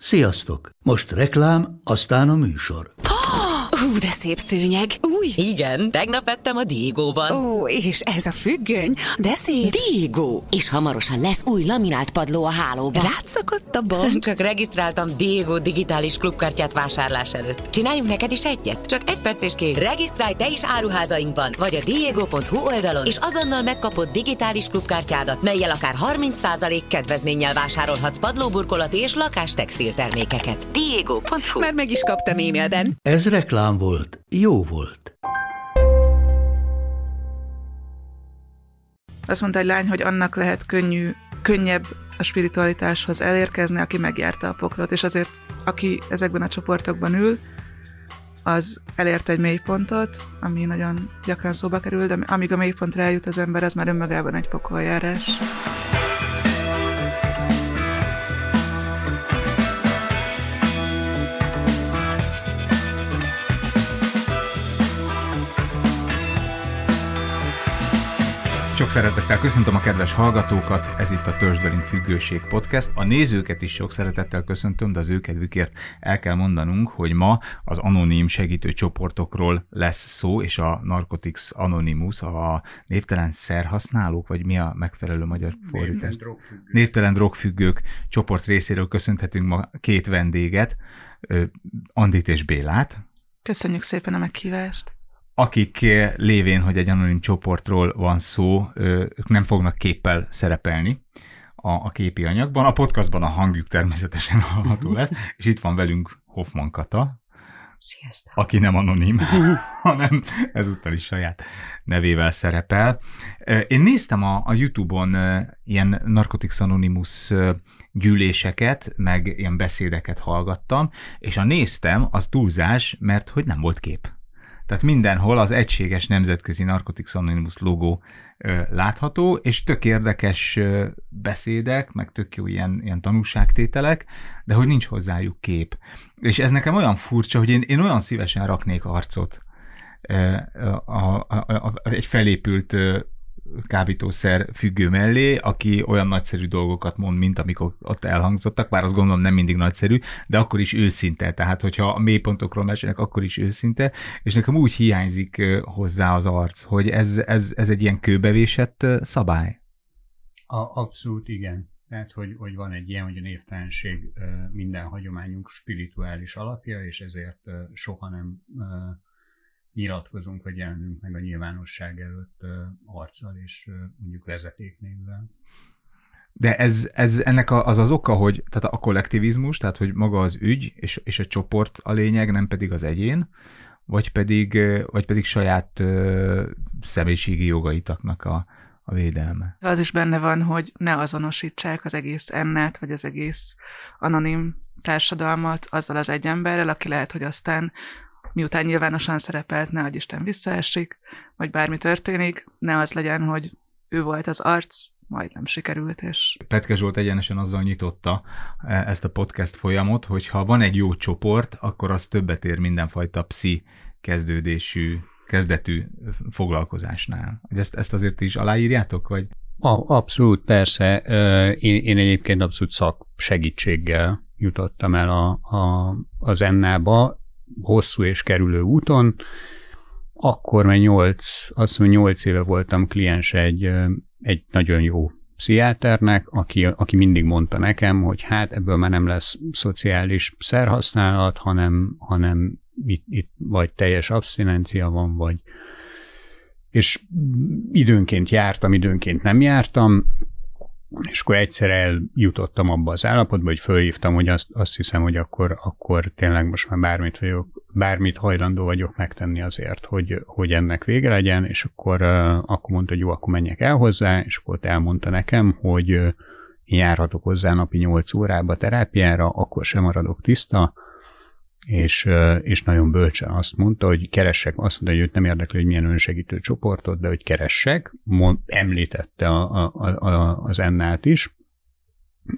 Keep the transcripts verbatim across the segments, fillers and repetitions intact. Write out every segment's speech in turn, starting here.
Sziasztok! Most reklám, aztán a műsor. Hú, de szép szőnyeg. Új? Igen, tegnap vettem a Diegóban. Ó, és ez a függöny, de szép. Diegó! És hamarosan lesz új laminált padló a hálóban. Rátszakadt a bank. Csak regisztráltam Diegó digitális klubkártyát vásárlás előtt. Csináljunk neked is egyet? Csak egy perc és kész. Regisztrálj te is áruházainkban, vagy a diego pont hu oldalon, és azonnal megkapod digitális klubkártyádat, mellyel akár harminc százalék kedvezménnyel vásárolhatsz padlóburkolati és lakástextil termékeket. diego pont hu. Már meg is kaptam e-mailben. Ez reklám volt, jó volt. Azt mondta egy lány, hogy annak lehet könnyű, könnyebb a spiritualitáshoz elérkezni, aki megjárta a poklot, és azért aki ezekben a csoportokban ül, az elért egy mélypontot, ami nagyon gyakran szóba kerül, de amíg a mélypontra eljut az ember, az már önmagában egy pokoljárás. Sok szeretettel köszöntöm a kedves hallgatókat, ez itt a Törtsd velünk függőség podcast. A nézőket is sok szeretettel köszöntöm, de az ő kedvükért el kell mondanunk, hogy ma az anonim segítő csoportokról lesz szó, és a Narcotics Anonymous, a névtelen szerhasználók, vagy mi a megfelelő magyar fordítás? Névtelen drogfüggők csoport részéről köszönhetünk ma két vendéget, Andit és Bélát. Köszönjük szépen a meghívást! Akik lévén, hogy egy anonim csoportról van szó, ők nem fognak képpel szerepelni a, a képi anyagban. A podcastban a hangjuk természetesen hallható lesz, és itt van velünk Hoffman Kata, Sziasztok. Aki nem anonim, hanem ezúttal is saját nevével szerepel. Én néztem a, a YouTube-on ilyen Narcotics Anonymous gyűléseket, meg ilyen beszédeket hallgattam, és a néztem, az túlzás, mert hogy nem volt kép. Tehát mindenhol az egységes nemzetközi Narcotics Anonymous logó ö, látható, és tök érdekes ö, beszédek, meg tök jó ilyen, ilyen tanúságtételek, de hogy nincs hozzájuk kép. És ez nekem olyan furcsa, hogy én, én olyan szívesen raknék arcot ö, a, a, a, a, egy felépült ö, kábítószer függő mellé, aki olyan nagyszerű dolgokat mond, mint amikor ott elhangzottak, bár azt gondolom nem mindig nagyszerű, de akkor is őszinte, tehát hogyha a mélypontokról mesélnek, akkor is őszinte, és nekem úgy hiányzik hozzá az arc, hogy ez, ez, ez egy ilyen kőbevésett szabály. A, abszolút igen. Tehát, hogy, hogy van egy ilyen, hogy a névtelenség minden hagyományunk spirituális alapja, és ezért soha nem nyilatkozunk, vagy jelenünk meg a nyilvánosság előtt uh, arccal és uh, mondjuk vezetéknévvel. De ez, ez ennek az az oka, hogy tehát a kollektivizmus, tehát hogy maga az ügy és, és a csoport a lényeg, nem pedig az egyén, vagy pedig, vagy pedig saját uh, személyiségi jogaitaknak a, a védelme. Az is benne van, hogy ne azonosítsák az egész ennát, vagy az egész anonim társadalmat azzal az egy emberrel, aki lehet, hogy aztán miután nyilvánosan szerepelt, ne adj Isten visszaesik, vagy bármi történik, ne az legyen, hogy ő volt az arc, majd nem sikerült. És... Petke Zsolt egyenesen azzal nyitotta ezt a podcast folyamot, hogy ha van egy jó csoport, akkor az többet ér mindenfajta pszi kezdődésű, kezdetű foglalkozásnál. Ezt, ezt azért is aláírjátok, vagy? A, abszolút, persze. Én, én egyébként abszolút szaksegítséggel jutottam el a, a, az ennába, hosszú és kerülő úton. Akkor már nyolc, azt mondom, nyolc éve voltam kliens egy, egy nagyon jó pszichiáternek, aki, aki mindig mondta nekem, hogy hát ebből már nem lesz szociális szerhasználat, hanem, hanem itt, itt vagy teljes abszinencia van, vagy és időnként jártam, időnként nem jártam, és akkor egyszer eljutottam abba az állapotba, hogy fölhívtam, hogy azt, azt hiszem, hogy akkor, akkor tényleg most már bármit, vagyok, bármit hajlandó vagyok megtenni azért, hogy, hogy ennek vége legyen, és akkor, akkor mondta, hogy jó, akkor menjek el hozzá, és akkor ott elmondta nekem, hogy én járhatok hozzá napi nyolc órába terápiára, akkor sem maradok tiszta, és, és nagyon bölcsen azt mondta, hogy keressek, azt mondta, hogy őt nem érdekli, hogy milyen önsegítő csoportot, de hogy keressek, mond, említette a, a, a, az ennát is,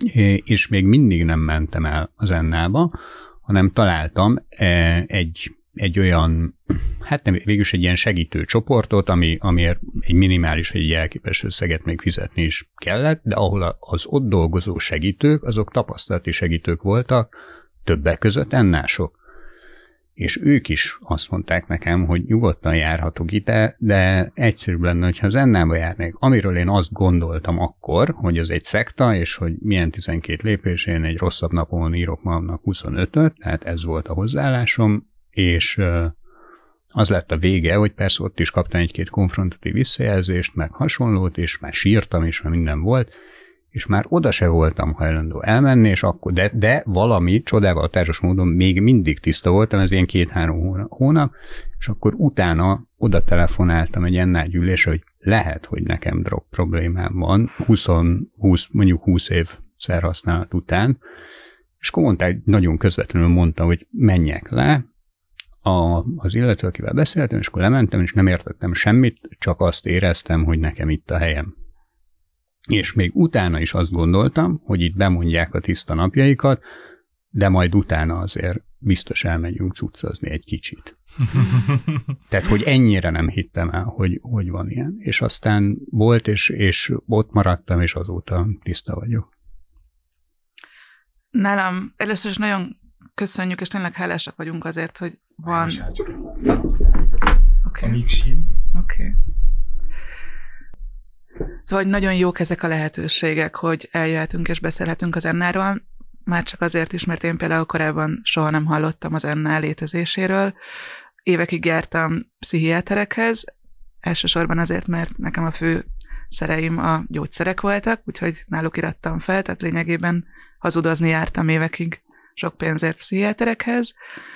és még mindig nem mentem el az ennába, hanem találtam egy egy olyan, hát nem, végülis egy ilyen segítő csoportot, ami, amiért egy minimális vagy egy jelképes összeget még fizetni is kellett, de ahol az ott dolgozó segítők, azok tapasztalati segítők voltak, többek között ennások. És ők is azt mondták nekem, hogy nyugodtan járhatok ide, de egyszerűbb lenne, hogyha az ennába járnék. Amiről én azt gondoltam akkor, hogy ez egy szekta, és hogy milyen tizenkét lépés, én egy rosszabb napon írok magamnak huszonötöt, tehát ez volt a hozzáállásom, és az lett a vége, hogy persze ott is kaptam egy-két konfrontatív visszajelzést, meg hasonlót, és már sírtam is, mert minden volt, és már oda se voltam hajlandó elmenni, és akkor, de, de valami csodával társas módon még mindig tiszta voltam, ez ilyen két-három hónap, és akkor utána oda telefonáltam egy ennál gyűlésre, hogy lehet, hogy nekem drog problémám van, húsz, húsz, mondjuk húsz év szerhasználat után, és akkor mondták, nagyon közvetlenül mondta, hogy menjek le, A, az illető, akivel beszéltem, és akkor lementem, és nem értettem semmit, csak azt éreztem, hogy nekem itt a helyem. És még utána is azt gondoltam, hogy itt bemondják a tiszta napjaikat, de majd utána azért biztos elmegyünk cuccozni egy kicsit. Tehát, hogy ennyire nem hittem el, hogy, hogy van ilyen. És aztán volt, és, és ott maradtam, és azóta tiszta vagyok. Nálam először is nagyon köszönjük, és tényleg hálásak vagyunk azért, hogy van... Oké. Okay. Oké. Okay. Szóval, hogy nagyon jók ezek a lehetőségek, hogy eljöhetünk és beszélhetünk az ennáról, már csak azért is, mert én például korábban soha nem hallottam az enná létezéséről. Évekig jártam pszichiáterekhez, elsősorban azért, mert nekem a fő szereim a gyógyszerek voltak, úgyhogy náluk irattam fel, tehát lényegében hazudozni jártam évekig sok pénzért pszichiáterekhez,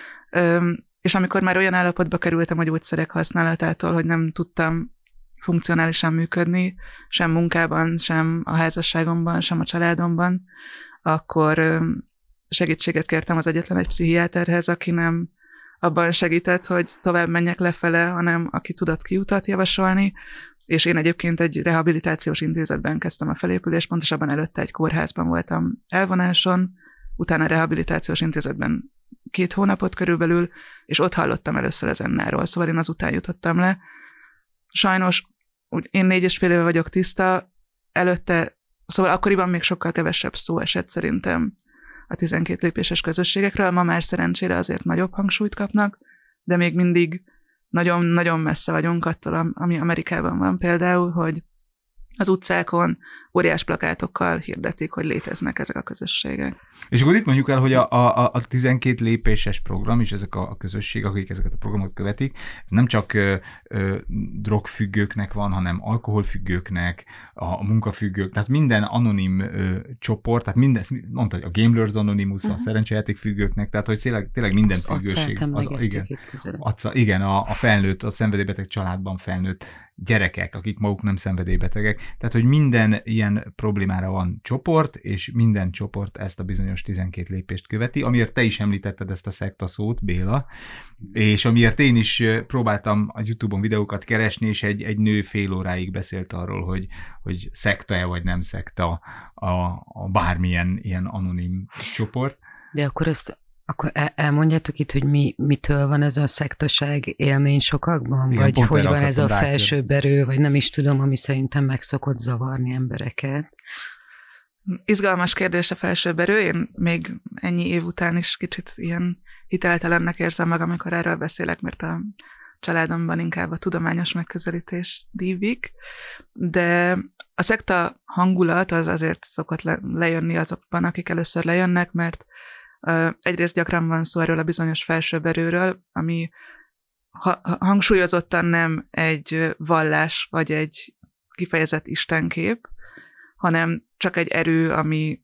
és amikor már olyan állapotba kerültem a gyógyszerek használatától, hogy nem tudtam funkcionálisan működni, sem munkában, sem a házasságomban, sem a családomban, akkor segítséget kértem az egyetlen egy pszichiáterhez, aki nem abban segített, hogy tovább menjek lefele, hanem aki tudott kiutat javasolni, és én egyébként egy rehabilitációs intézetben kezdtem a felépülést, pontosabban előtte egy kórházban voltam elvonáson, utána a rehabilitációs intézetben két hónapot körülbelül, és ott hallottam először az ennáról, szóval én azután jutottam le. Sajnos én négy és fél éve vagyok tiszta, előtte, szóval akkoriban még sokkal kevesebb szó esett szerintem a tizenkét lépéses közösségekről, ma már szerencsére azért nagyobb hangsúlyt kapnak, de még mindig nagyon-nagyon messze vagyunk attól, ami Amerikában van például, hogy az utcákon óriás plakátokkal hirdetik, hogy léteznek ezek a közösségek. És akkor itt mondjuk el, hogy a, a, a tizenkét lépéses program, és ezek a, a közösségek, akik ezeket a programokat követik, ez nem csak ö, ö, drogfüggőknek van, hanem alkoholfüggőknek, a, a munkafüggők, tehát minden anonim ö, csoport, tehát minden, mondta, hogy a Gamblers Anonymous, uh-huh. a szerencsejátékfüggőknek, tehát hogy tényleg, tényleg minden az függőség. Az, igen, atca, igen a, a felnőtt, a szenvedélybeteg családban felnőtt gyerekek, akik maguk nem szenvedélybetegek. Tehát, hogy minden ilyen problémára van csoport, és minden csoport ezt a bizonyos tizenkét lépést követi, amiért te is említetted ezt a szekta szót, Béla, és amiért én is próbáltam a YouTube-on videókat keresni, és egy, egy nő fél óráig beszélt arról, hogy, hogy szekta-e vagy nem szekta a, a bármilyen ilyen anonim csoport. De akkor ezt Akkor elmondjátok itt, hogy mi, mitől van ez a szektaság élmény sokakban? Igen, vagy hogy van ez a felsőbb erő, vagy nem is tudom, ami szerintem meg szokott zavarni embereket? Izgalmas kérdés a felsőbb erő. Én még ennyi év után is kicsit ilyen hiteltelennek érzem meg, amikor erről beszélek, mert a családomban inkább a tudományos megközelítés dívik. De a szekta hangulat az azért szokott le, lejönni azokban, akik először lejönnek, mert Uh, egyrészt gyakran van szó erről a bizonyos felsőbb erőről, ami ha- hangsúlyozottan nem egy vallás, vagy egy kifejezett istenkép, hanem csak egy erő, ami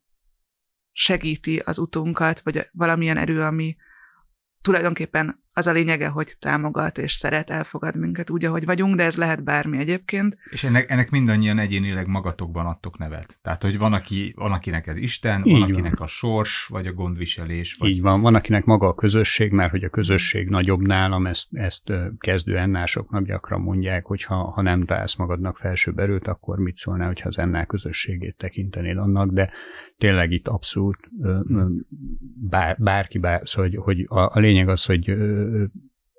segíti az utunkat, vagy valamilyen erő, ami tulajdonképpen az a lényege, hogy támogat és szeret, elfogad minket úgy, ahogy vagyunk, de ez lehet bármi egyébként. És ennek, ennek mindannyian egyénileg magatokban adtok nevet. Tehát, hogy van, aki, van akinek ez Isten, Így van, van. akinek a sors, vagy a gondviselés. Vagy... Így van, van akinek maga a közösség, mert hogy a közösség nagyobb nálam, ezt, ezt kezdő ennásoknak gyakran mondják, hogy ha, ha nem találsz magadnak felsőbb erőt, akkor mit szólnál, hogyha az ennál közösségét tekintenéd annak, de tényleg itt abszolút bár, bárki, bár, szóval, hogy, hogy a, a lényeg az, hogy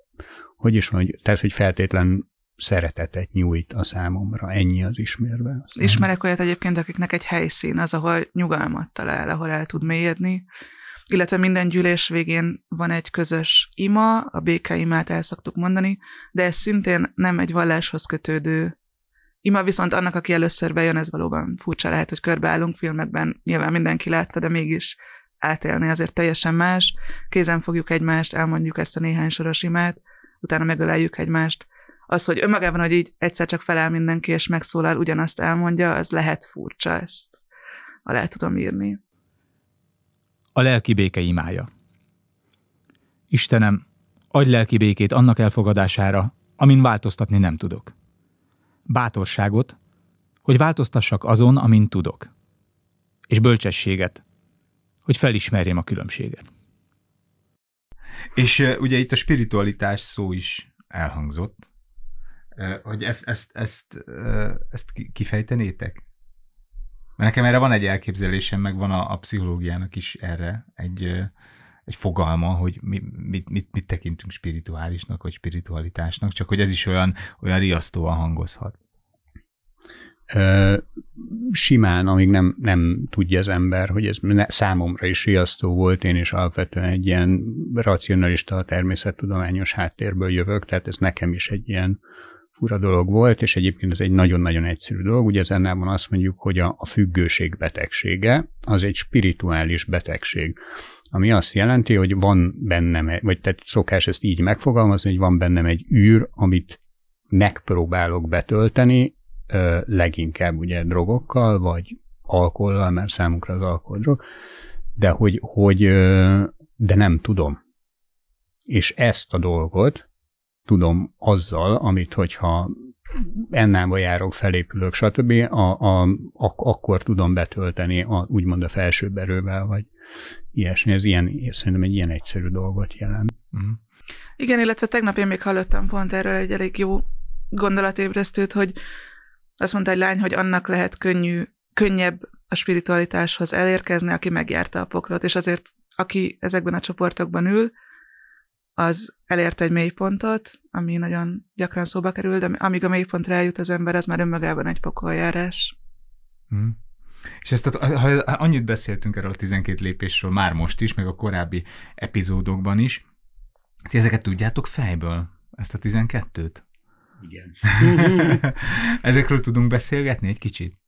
hogy is van, hogy, tehát, hogy feltétlen szeretetet nyújt a számomra, ennyi az ismérve. Aztán... Ismerek olyat egyébként, akiknek egy helyszín az, ahol nyugalmat talál, ahol el tud mélyedni, illetve minden gyűlés végén van egy közös ima, a békeimát el szoktuk mondani, de ez szintén nem egy valláshoz kötődő ima, viszont annak, aki először bejön, ez valóban furcsa lehet, hogy körbeállunk filmekben, nyilván mindenki látta, de mégis átélni azért teljesen más. Kézen fogjuk egymást, elmondjuk ezt a néhány soros imát, utána megöleljük egymást. Az, hogy önmagában, hogy így egyszer csak feláll mindenki, és megszólal, ugyanazt elmondja, az lehet furcsa, ezt alá tudom írni. A lelki béke imája. Istenem, adj lelki békét annak elfogadására, amin változtatni nem tudok. Bátorságot, hogy változtassak azon, amin tudok. És bölcsességet, hogy felismerjem a különbséget. És uh, ugye itt a spiritualitás szó is elhangzott, uh, hogy ezt, ezt, ezt, uh, ezt kifejtenétek? Mert nekem erre van egy elképzelésem, meg van a, a pszichológiának is erre egy, uh, egy fogalma, hogy mi, mit, mit, mit tekintünk spirituálisnak, vagy spiritualitásnak, csak hogy ez is olyan, olyan riasztóan hangozhat. Ö, simán, amíg nem, nem tudja az ember, hogy ez számomra is riasztó volt, én is alapvetően egy ilyen racionalista, természettudományos háttérből jövök, tehát ez nekem is egy ilyen fura dolog volt, és egyébként ez egy nagyon-nagyon egyszerű dolog. Ugye az ennában azt mondjuk, hogy a, a függőség betegsége az egy spirituális betegség, ami azt jelenti, hogy van bennem, vagy tehát szokás ezt így megfogalmazni, hogy van bennem egy űr, amit megpróbálok betölteni, leginkább ugye drogokkal, vagy alkohollal, mert számunkra az alkohol drog, de hogy, hogy de nem tudom. És ezt a dolgot tudom azzal, amit hogyha ennába járok, felépülök, stb., a, a, ak- akkor tudom betölteni a, úgymond a felsőbb erővel, vagy ilyesmi. Ez ilyen, szerintem egy ilyen egyszerű dolgot jelent. Uh-huh. Igen, illetve tegnap én még hallottam pont erről egy elég jó gondolatébresztőt, hogy azt mondta egy lány, hogy annak lehet könnyű, könnyebb a spiritualitáshoz elérkezni, aki megjárta a poklot, és azért aki ezekben a csoportokban ül, az elért egy mélypontot, ami nagyon gyakran szóba kerül, de amíg a mélypontra eljut az ember, az már önmagában egy pokoljárás. Hmm. És ezt a, ha annyit beszéltünk erről a tizenkét lépésről már most is, meg a korábbi epizódokban is, ti ezeket tudjátok fejből, ezt a tizenkettőt? Igen. Ezekről tudunk beszélgetni egy kicsit?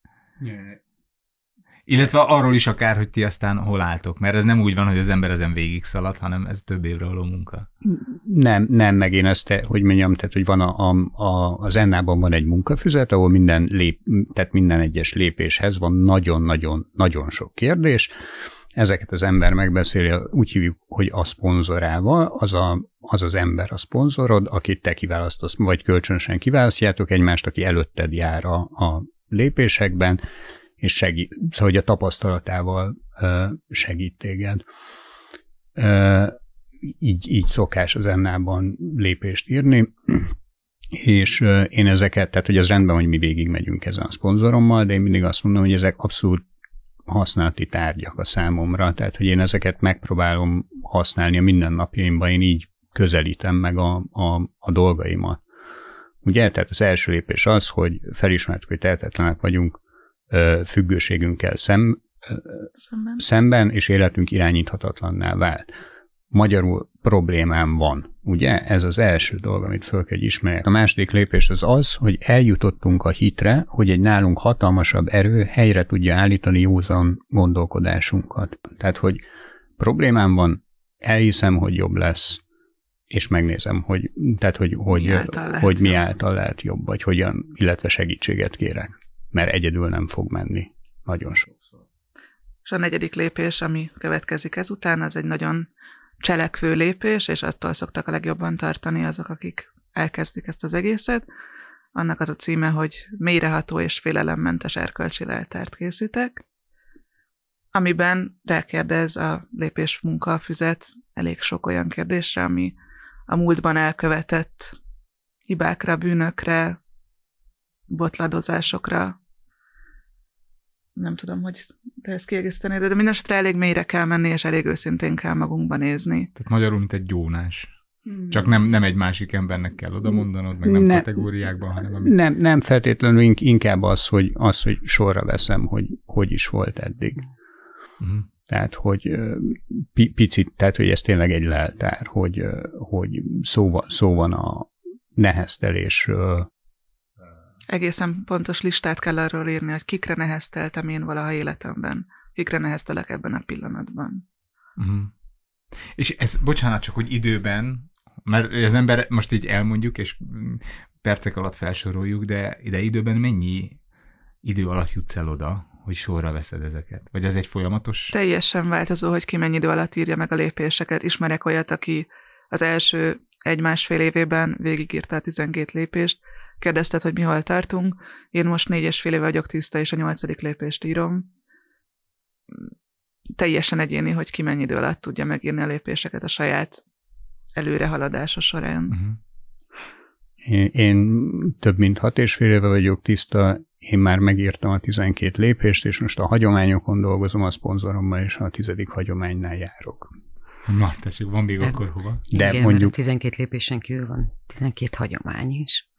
Illetve arról is akár, hogy ti aztán hol álltok, mert ez nem úgy van, hogy az ember ezen végig szalad, hanem ez több évre való munka. Nem, nem, meg én ezt, hogy mondjam, tehát, hogy van a, a, a, az ennában van egy munkafüzet, ahol minden, lép, tehát minden egyes lépéshez van nagyon-nagyon-nagyon sok kérdés. Ezeket az ember megbeszéli, úgy hívjuk, hogy a szponzorával, az, a, az az ember a szponzorod, akit te kiválasztasz, vagy kölcsönösen kiválasztjátok egymást, aki előtted jár a, a lépésekben, és segít, szóval, hogy a tapasztalatával uh, segít téged. Uh, így, így szokás az ennában lépést írni, és uh, én ezeket, tehát hogy az rendben, hogy mi végigmegyünk ezen a szponzorommal, de én mindig azt mondom, hogy ezek abszolút használati tárgyak a számomra, tehát hogy én ezeket megpróbálom használni a mindennapjaimban, én így közelítem meg a, a, a dolgaimat. Ugye, tehát az első lépés az, hogy felismertük, hogy tehetetlenek vagyunk függőségünkkel szem, szemben. szemben, és életünk irányíthatatlanná vált. Magyarul problémám van, ugye? Ez az első dolog, amit föl kell ismerni. A második lépés az az, hogy eljutottunk a hitre, hogy egy nálunk hatalmasabb erő helyre tudja állítani józan gondolkodásunkat. Tehát, hogy problémám van, elhiszem, hogy jobb lesz, és megnézem, hogy, tehát, hogy, hogy, mi, által hogy mi által lehet jobb, vagy hogyan, illetve segítséget kérek. Mert egyedül nem fog menni. Nagyon sokszor. És a negyedik lépés, ami következik ezután, az egy nagyon cselekvő lépés, és attól szoktak a legjobban tartani azok, akik elkezdik ezt az egészet. Annak az a címe, hogy mélyreható és félelemmentes erkölcsi leltárt készítek, amiben rákérdez a lépés munkafüzet elég sok olyan kérdésre, ami a múltban elkövetett hibákra, bűnökre, botladozásokra. Nem tudom, hogy te ezt kiegészítenéd, de mindenesetre elég mélyre kell menni, és elég őszintén kell magunkba nézni. Tehát magyarul, mint egy gyónás. Csak nem, nem egy másik embernek kell oda mondanod, meg nem, nem kategóriákban, hanem amit... Nem, nem feltétlenül, inkább az, hogy, az, hogy sorra veszem, hogy hogy is volt eddig. Uh-huh. Tehát, hogy picit, tehát, hogy ez tényleg egy leltár, hogy, hogy szó, van, szó van a neheztelésről. Egészen pontos listát kell arról írni, hogy kikre nehezteltem én valaha életemben, kikre neheztelek ebben a pillanatban. Uh-huh. És ez, bocsánat, csak hogy időben, mert az ember most így elmondjuk, és percek alatt felsoroljuk, de ide időben mennyi idő alatt jutsz el oda, hogy sorra veszed ezeket? Vagy ez egy folyamatos? Teljesen változó, hogy ki mennyi idő alatt írja meg a lépéseket. Ismerek olyat, aki az első egy-másfél évében végigírta a tizenkét lépést, kérdezted, hogy mi hol tartunk. Én most négy és fél éve vagyok tiszta, és a nyolcadik lépést írom. Teljesen egyéni, hogy ki mennyi idő alatt tudja megírni a lépéseket a saját előrehaladása során. Uh-huh. Én, én több mint hat és fél éve vagyok tiszta, én már megírtam a tizenkét lépést, és most a hagyományokon dolgozom a szponzorommal, és a tizedik hagyománynál járok. Na, tessék, van még akkor hova? De igen, mondjuk... a tizenkét lépésen kívül van tizenkét hagyomány is.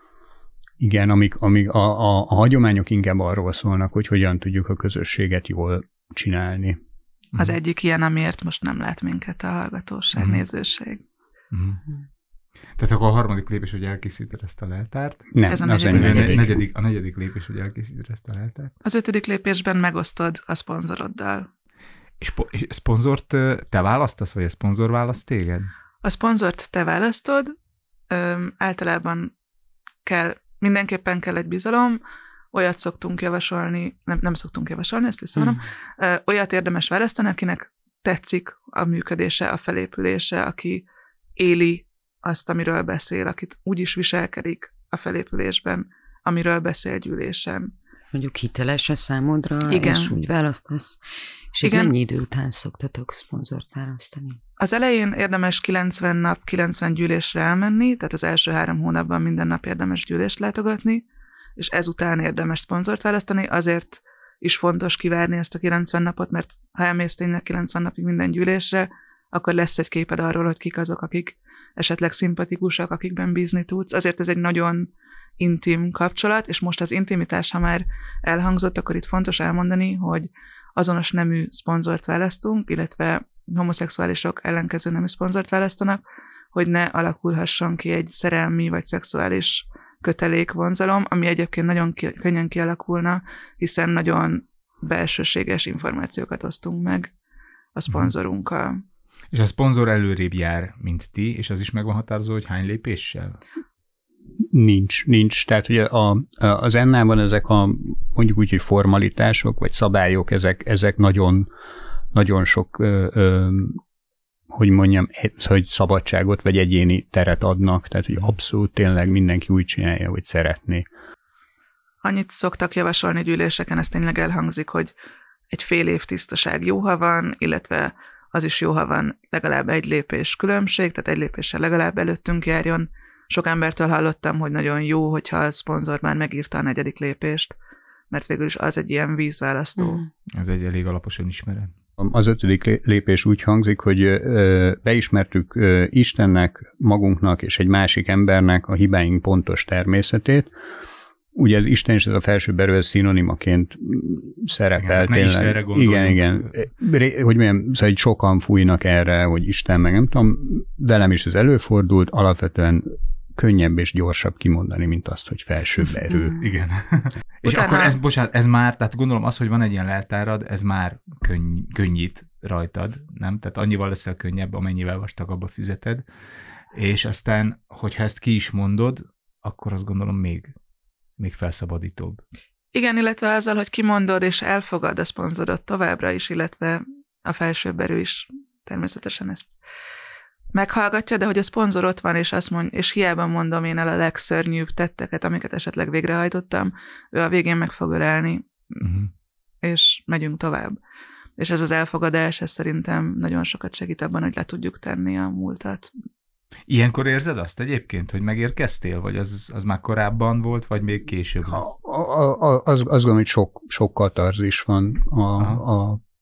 Igen, amik, amik a, a, a hagyományok inkább arról szólnak, hogy hogyan tudjuk a közösséget jól csinálni. Az uh-huh. egyik ilyen, amiért most nem lát minket a hallgatóság, uh-huh. nézőség. Uh-huh. Tehát akkor a harmadik lépés, hogy elkészíted ezt a leltárt? Nem, ez a az negyedik. A negyedik. negyedik. A negyedik lépés, hogy elkészíted ezt a leltárt? Az ötödik lépésben megosztod a szponzoroddal. És, po- és szponzort te választasz, vagy a szponzor választ téged? A szponzort te választod, Öm, általában kell, mindenképpen kell egy bizalom, olyat szoktunk javasolni, nem, nem szoktunk javasolni, ezt visszavonom, hmm. olyat érdemes választani, akinek tetszik a működése, a felépülése, aki éli azt, amiről beszél, akit úgy is viselkedik a felépülésben, amiről beszél gyűlésen. Mondjuk hiteles a számodra, igen. és úgy választasz. És ez igen. mennyi idő után szoktatok szponzort választani? Az elején érdemes kilencven nap, kilencven gyűlésre elmenni, tehát az első három hónapban minden nap érdemes gyűlést látogatni, és ezután érdemes szponzort választani, azért is fontos kivárni ezt a kilencven napot, mert ha elmész tényleg kilencven napig minden gyűlésre, akkor lesz egy képed arról, hogy kik azok, akik esetleg szimpatikusak, akikben bízni tudsz. Azért ez egy nagyon intim kapcsolat, és most az intimitás, ha már elhangzott, akkor itt fontos elmondani, hogy azonos nemű szponzort választunk, illetve homoszexuálisok ellenkező nemű szponzort választanak, hogy ne alakulhasson ki egy szerelmi vagy szexuális kötelék, vonzalom, ami egyébként nagyon ki, könnyen kialakulna, hiszen nagyon belsőséges információkat osztunk meg a szponzorunkkal. És a szponzor előrébb jár, mint ti, és az is meg van határozó, hogy hány lépéssel? Nincs, nincs. Tehát ugye a, az ennában ezek a mondjuk úgy, hogy formalitások, vagy szabályok, ezek, ezek nagyon, nagyon sok, ö, ö, hogy mondjam, hogy szabadságot, vagy egyéni teret adnak, tehát hogy abszolút tényleg mindenki úgy csinálja, hogy szeretné. Annyit szoktak javasolni gyűléseken, ez tényleg elhangzik, hogy egy fél év tisztaság jó, ha van, illetve az is jó, ha van legalább egy lépés különbség, tehát egy lépéssel legalább előttünk járjon. Sok embertől hallottam, hogy nagyon jó, hogyha a szponzor már megírta a negyedik lépést, mert végül is az egy ilyen vízválasztó. Mm. Ez egy elég alapos önismeret. Az ötödik lépés úgy hangzik, hogy beismertük Istennek, magunknak és egy másik embernek a hibáink pontos természetét. Ugye az Isten és ez a felsőbb erő, ez szinonimaként szerepel. Igen, tényleg. Igen, igen. Hogy mondjam, szóval sokan fújnak erre, hogy Isten, meg nem tudom, velem is ez előfordult, alapvetően könnyebb és gyorsabb kimondani, mint azt, hogy felsőbb erő. Igen. És Utána... akkor ez, bocsánat, ez már, tehát gondolom az, hogy van egy ilyen leltárad, ez már könny, könnyít rajtad, nem? Tehát annyival leszel könnyebb, amennyivel vastagabb a füzeted, és aztán, hogyha ezt ki is mondod, akkor azt gondolom még, még felszabadítóbb. Igen, illetve azzal, hogy kimondod és elfogad a szponzorod továbbra is, illetve a felsőbb erő is természetesen ezt meghallgatja, de hogy a szponzor ott van, és azt mond, és hiába mondom én el a legszörnyűbb tetteket, amiket esetleg végrehajtottam, ő a végén meg fog ölelni, uh-huh. és megyünk tovább. És ez az elfogadás, ez szerintem nagyon sokat segít abban, hogy le tudjuk tenni a múltat. Ilyenkor érzed azt egyébként, hogy megérkeztél, vagy az, az már korábban volt, vagy még később lesz? A, a, a, az, azt gondolom, hogy sok, sok katarzis van a, a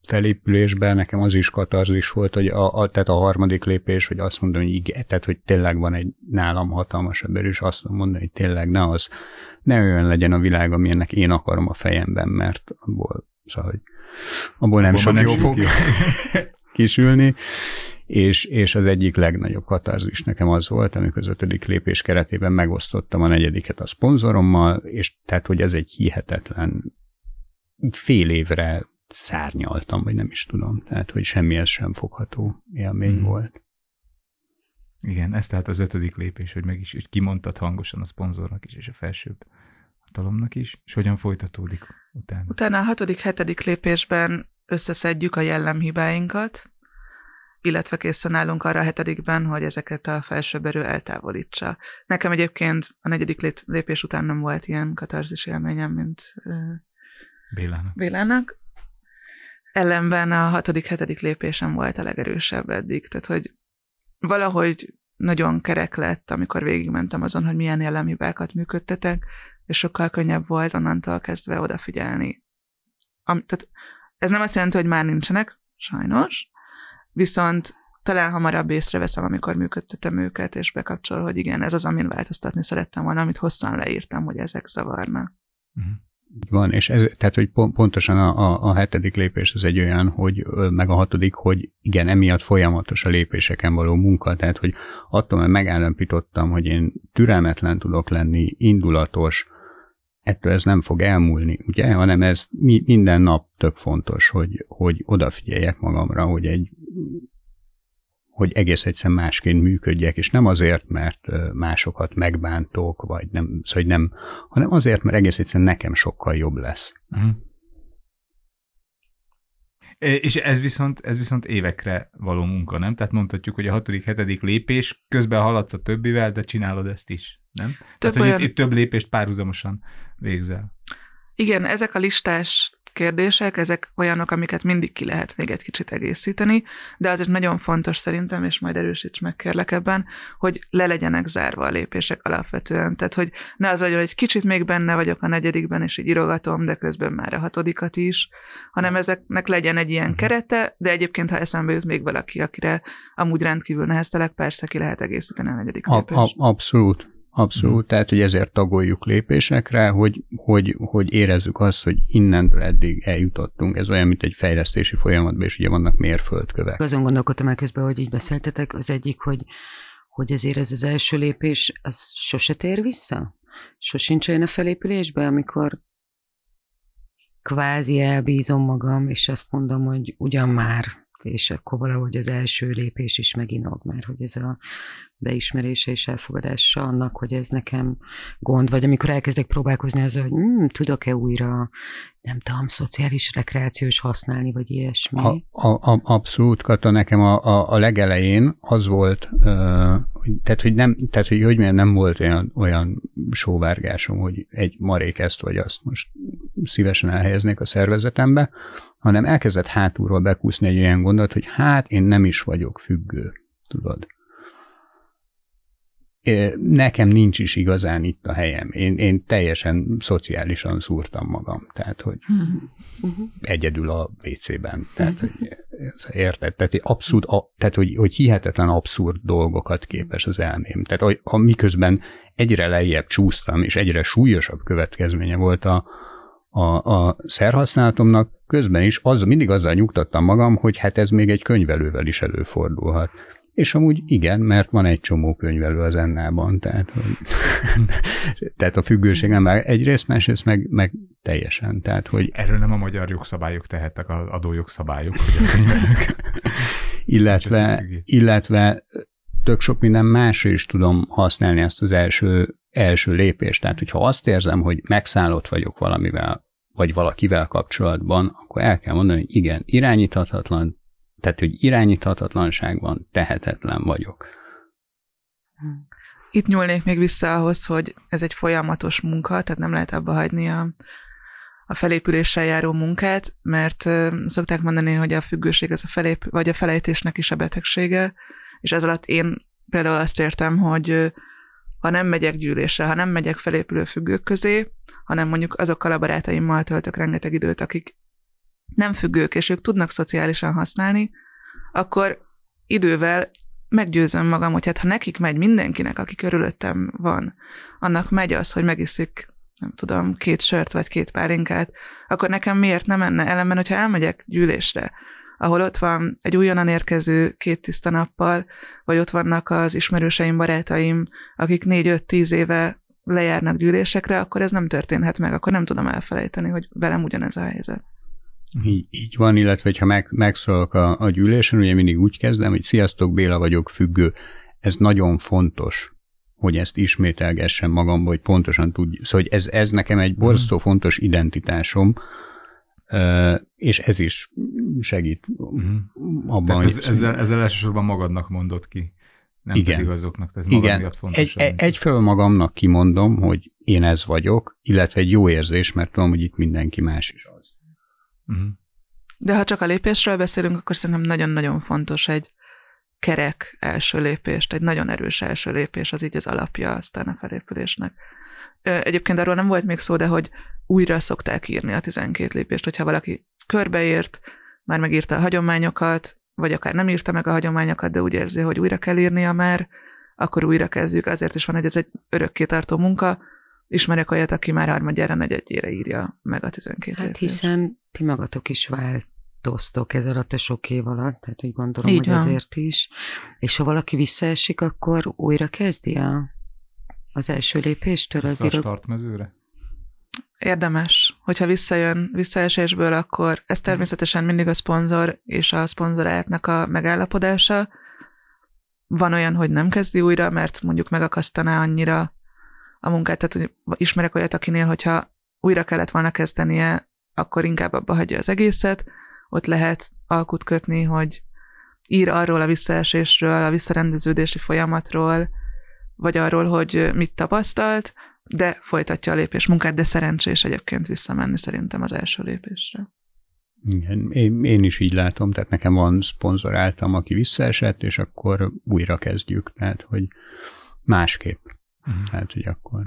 felépülésben nekem az is katarzis volt, hogy a, a, tehát a harmadik lépés, hogy azt mondom, hogy igen, tehát hogy tényleg van egy nálam hatalmas ember, és azt mondani, hogy tényleg ne az, ne olyan legyen a világ, amilyennek én akarom a fejemben, mert abból, szóval, hogy abból nem sok jó fog kisülni, és, és az egyik legnagyobb katarzis nekem az volt, amikor az ötödik lépés keretében megosztottam a negyediket a szponzorommal, és tehát, hogy ez egy hihetetlen fél évre szárnyaltam, vagy nem is tudom. Tehát, hogy semmihez sem fogható élmény hmm. volt. Igen, ez tehát az ötödik lépés, hogy meg is hogy kimondtad hangosan a szponzornak is, és a felsőbb hatalomnak is, és hogyan folytatódik utána? Utána a hatodik, hetedik lépésben összeszedjük a jellemhibáinkat, illetve készen állunk arra a hetedikben, hogy ezeket a felsőbb erő eltávolítsa. Nekem egyébként a negyedik lépés után nem volt ilyen katarzis élményem, mint Bélának. Bélának. Ellenben a hatodik, hetedik lépésem volt a legerősebb eddig. Tehát, hogy valahogy nagyon kerek lett, amikor végigmentem azon, hogy milyen jellemhibákat működtetek, és sokkal könnyebb volt onnantól kezdve odafigyelni. Am, tehát ez nem azt jelenti, hogy már nincsenek, sajnos, viszont talán hamarabb észreveszem, amikor működtetem őket, és bekapcsol, hogy igen, ez az, amin változtatni szerettem volna, amit hosszan leírtam, hogy ezek zavarnak. Uh-huh. Van, és ez, tehát, hogy pontosan a, a, a hetedik lépés az egy olyan, hogy meg a hatodik, hogy igen, emiatt folyamatos a lépéseken való munka, tehát, hogy attól, mert megállapítottam, hogy én türelmetlen tudok lenni, indulatos, ettől ez nem fog elmúlni, ugye, hanem ez mi, minden nap tök fontos, hogy, hogy odafigyeljek magamra, hogy egy hogy egész egyszerűen másként működjek, és nem azért, mert másokat megbántok, vagy nem, szóval nem, hanem azért, mert egész egyszerűen nekem sokkal jobb lesz. Uh-huh. És ez viszont, ez viszont évekre való munka, nem? Tehát mondhatjuk, hogy a hatodik, hetedik lépés, közben haladsz a többivel, de csinálod ezt is, nem? Több Tehát, olyan... hogy itt, itt több lépést párhuzamosan végzel. Igen, ezek a listás kérdések, ezek olyanok, amiket mindig ki lehet még egy kicsit egészíteni, de azért nagyon fontos szerintem, és majd erősíts meg kérlek ebben, hogy le legyenek zárva a lépések alapvetően. Tehát, hogy ne az, hogy egy kicsit még benne vagyok a negyedikben, és így írogatom, de közben már a hatodikat is, hanem ezeknek legyen egy ilyen kerete, de egyébként, ha eszembe jut még valaki, akire amúgy rendkívül neheztelek, persze ki lehet egészíteni a negyedik lépést. Ab, abszolút. Abszolút, mm. tehát, hogy ezért tagoljuk lépésekre, hogy, hogy, hogy érezzük azt, hogy innentől eddig eljutottunk. Ez olyan, mint egy fejlesztési folyamatban, és ugye vannak mérföldkövek. Azon gondolkodtam el közben, hogy így beszéltetek, az egyik, hogy, hogy azért ez az első lépés, az sose tér vissza? Sosincs olyan a felépülésbe, amikor kvázi elbízom magam, és azt mondom, hogy ugyan már, és akkor valahogy az első lépés is meginog, mert hogy ez a beismerése és elfogadása annak, hogy ez nekem gond, vagy amikor elkezdek próbálkozni azzal, hogy hm, tudok-e újra, nem tudom, szociális rekreációs használni, vagy ilyesmi. A, a, a, abszolút, Kata, nekem a, a, a legelején az volt, uh, tehát, hogy nem, tehát, hogy, hogy milyen nem volt olyan, olyan sóvárgásom, hogy egy marék ezt vagy azt most szívesen elhelyeznék a szervezetembe, hanem elkezdett hátulról bekúszni egy olyan gondot, hogy hát én nem is vagyok függő, tudod. Nekem nincs is igazán itt a helyem. Én, én teljesen szociálisan szúrtam magam. Tehát, hogy uh-huh. egyedül a vé cében. Tehát, hogy érted? Tehát, abszurd, tehát hogy, hogy hihetetlen abszurd dolgokat képes az elmém. Tehát, a, miközben egyre lejjebb csúsztam, és egyre súlyosabb következménye volt a, a, a szerhasználatomnak, közben is az, mindig azzal nyugtattam magam, hogy hát ez még egy könyvelővel is előfordulhat. És amúgy igen, mert van egy csomó könyvelő az ennában, tehát, hogy tehát a függőség nem már egyrészt, másrészt meg, meg teljesen. Tehát, hogy erről nem a magyar jogszabályok tehettek, az adójogszabályok, hogy a könyvelők. illetve, illetve tök sok minden másra is tudom használni ezt az első, első lépést. Tehát, hogyha azt érzem, hogy megszállott vagyok valamivel, vagy valakivel kapcsolatban, akkor el kell mondani, hogy igen, irányíthatatlan, tehát, hogy irányíthatatlanságban tehetetlen vagyok. Itt nyúlnék még vissza ahhoz, hogy ez egy folyamatos munka, tehát nem lehet abba hagyni a, a felépüléssel járó munkát, mert uh, szokták mondani, hogy a függőség az a felép, vagy a felejtésnek is a betegsége, és ez alatt én például azt értem, hogy uh, ha nem megyek gyűlésre, ha nem megyek felépülő függők közé, hanem mondjuk azokkal a barátaimmal töltök rengeteg időt, akik nem függők, és ők tudnak szociálisan használni, akkor idővel meggyőzöm magam, hogy hát ha nekik megy mindenkinek, aki körülöttem van, annak megy az, hogy megiszik, nem tudom, két sört vagy két pálinkát, akkor nekem miért nem menne? Ellenben, hogyha elmegyek gyűlésre, ahol ott van egy újonnan érkező két tiszta nappal, vagy ott vannak az ismerőseim, barátaim, akik négy-öt-tíz éve lejárnak gyűlésekre, akkor ez nem történhet meg, akkor nem tudom elfelejteni, hogy velem ugyanez a helyzet. Így, így van, illetve ha meg, megszólalok a, a gyűlésen, ugye mindig úgy kezdem, hogy sziasztok, Béla vagyok, függő. Ez nagyon fontos, hogy ezt ismételgessem magamba, hogy pontosan tudj. Szóval hogy ez, ez nekem egy borzasztó fontos identitásom, és ez is segít mm. abban, tehát ez, hogy... Ezzel, ezzel elsősorban magadnak mondod ki, nem igen. pedig azoknak, ez magad igen. miatt fontos. Egy, egyfelől magamnak kimondom, hogy én ez vagyok, illetve egy jó érzés, mert tudom, hogy itt mindenki más is az. Mm. De ha csak a lépésről beszélünk, akkor szerintem nagyon-nagyon fontos egy kerek első lépést, egy nagyon erős első lépés, az így az alapja aztán a felépülésnek. Egyébként arról nem volt még szó, de hogy újra szokták írni a tizenkét lépést, hogyha valaki körbeért, már megírta a hagyományokat, vagy akár nem írta meg a hagyományokat, de úgy érzi, hogy újra kell írnia már, akkor újra kezdjük. Azért is van, hogy ez egy örökké tartó munka. Ismerek olyat, aki már harmadjára, negyedjére írja meg a tizenkét hát lépést. Hiszen ti magatok is változtok ez alatt a sok év alatt, tehát úgy gondolom, így hogy van. Azért is. És ha valaki visszaesik, akkor újra kezdi a, az első lépéstől? Vissza azért a startmezőre? Érdemes. Hogyha visszajön visszaesésből, akkor ez természetesen mindig a szponzor és a szponzoráltnak a megállapodása. Van olyan, hogy nem kezdi újra, mert mondjuk megakasztaná annyira a munkát. Tehát hogy ismerek olyat, akinél, hogyha újra kellett volna kezdenie, akkor inkább abba hagyja az egészet. Ott lehet alkut kötni, hogy ír arról a visszaesésről, a visszarendeződési folyamatról, vagy arról, hogy mit tapasztalt, de folytatja a lépés munkát, de szerencsés egyébként visszamenni szerintem az első lépésre. Igen, én, én is így látom, tehát nekem van szponzoráltam, aki visszaesett, és akkor újra kezdjük, tehát hogy másképp. Uh-huh. Tehát, hogy akkor...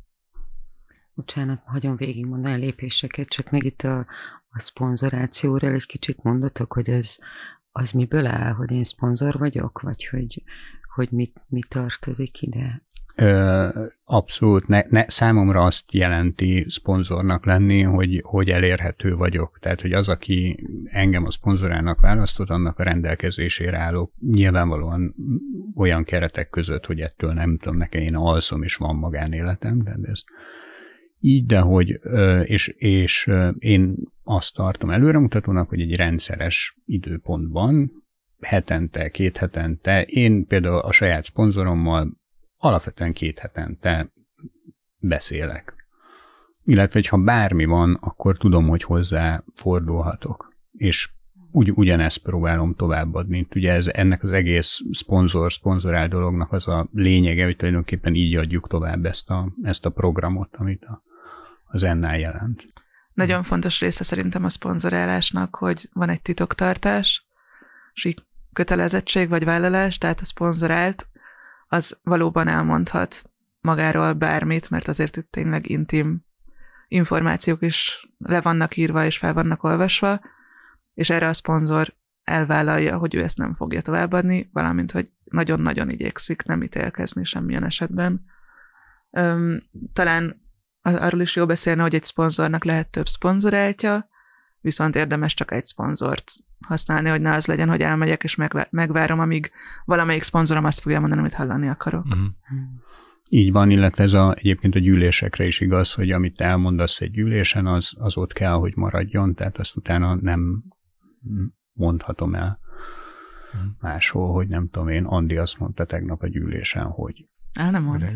Bocsánat, hagyom végigmondani a lépéseket, csak még itt a, a szponzorációról egy kicsit mondatok, hogy az, az miből áll, hogy én szponzor vagyok, vagy hogy, hogy mit, mit tartozik ide? Abszolút. Ne, ne, számomra azt jelenti szponzornak lenni, hogy, hogy elérhető vagyok. Tehát, hogy az, aki engem a szponzorának választott, annak a rendelkezésére állok. Nyilvánvalóan olyan keretek között, hogy ettől nem tudom, nekem én alszom, és van magánéletem, de ez így, de hogy, és, és én azt tartom előremutatónak, hogy egy rendszeres időpontban, hetente, két hetente, én például a saját szponzorommal alapvetően két hetente beszélek. Illetve, ha bármi van, akkor tudom, hogy hozzá fordulhatok. És ugy, ugyanezt próbálom továbbadni. Ugye ez, ennek az egész szponzor, szponzorál dolognak az a lényege, hogy tulajdonképpen így adjuk tovább ezt a, ezt a programot, amit a, az en á jelent. Nagyon fontos része szerintem a szponzorálásnak, hogy van egy titoktartás, és így kötelezettség vagy vállalás, tehát a szponzorált az valóban elmondhat magáról bármit, mert azért itt tényleg intim információk is le vannak írva és fel vannak olvasva, és erre a szponzor elvállalja, hogy ő ezt nem fogja továbbadni, valamint, hogy nagyon-nagyon igyekszik nem ítélkezni semmilyen esetben. Üm, talán arról is jó beszélni, hogy egy szponzornak lehet több szponzoráltja, viszont érdemes csak egy szponzort használni, hogy ne az legyen, hogy elmegyek és megvárom, amíg valamelyik szponzorom azt fogja mondani, amit hallani akarok. Uh-huh. Így van, illetve ez a, egyébként a gyűlésekre is igaz, hogy amit elmondasz egy gyűlésen, az, az ott kell, hogy maradjon, tehát azt utána nem mondhatom el uh-huh. máshol, hogy nem tudom én, Andi azt mondta tegnap a gyűlésen, hogy... El nem mond.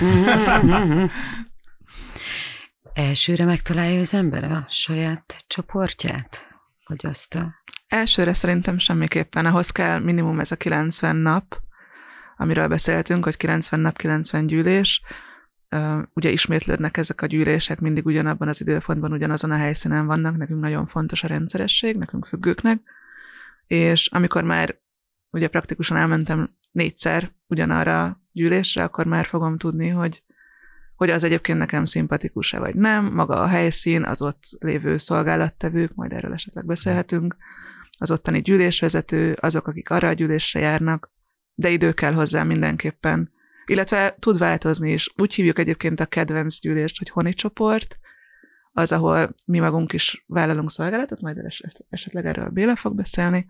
Elsőre megtalálja az ember a saját csoportját? Vagy azt a... Elsőre szerintem semmiképpen. Ahhoz kell minimum ez a kilencven nap, amiről beszéltünk, hogy kilencven nap, kilencven gyűlés. Ugye ismétlődnek ezek a gyűlések, mindig ugyanabban az időpontban, ugyanazon a helyszínen vannak, nekünk nagyon fontos a rendszeresség, nekünk függőknek, és amikor már ugye praktikusan elmentem négyszer ugyanarra a gyűlésre, akkor már fogom tudni, hogy hogy az egyébként nekem szimpatikus-e vagy nem, maga a helyszín, az ott lévő szolgálattevők, majd erről esetleg beszélhetünk, az ottani gyűlésvezető, azok, akik arra a gyűlésre járnak, de idő kell hozzá mindenképpen. Illetve tud változni is. Úgy hívjuk egyébként a kedvenc gyűlést, hogy honi csoport, az, ahol mi magunk is vállalunk szolgálatot, majd esetleg erről Béla fog beszélni,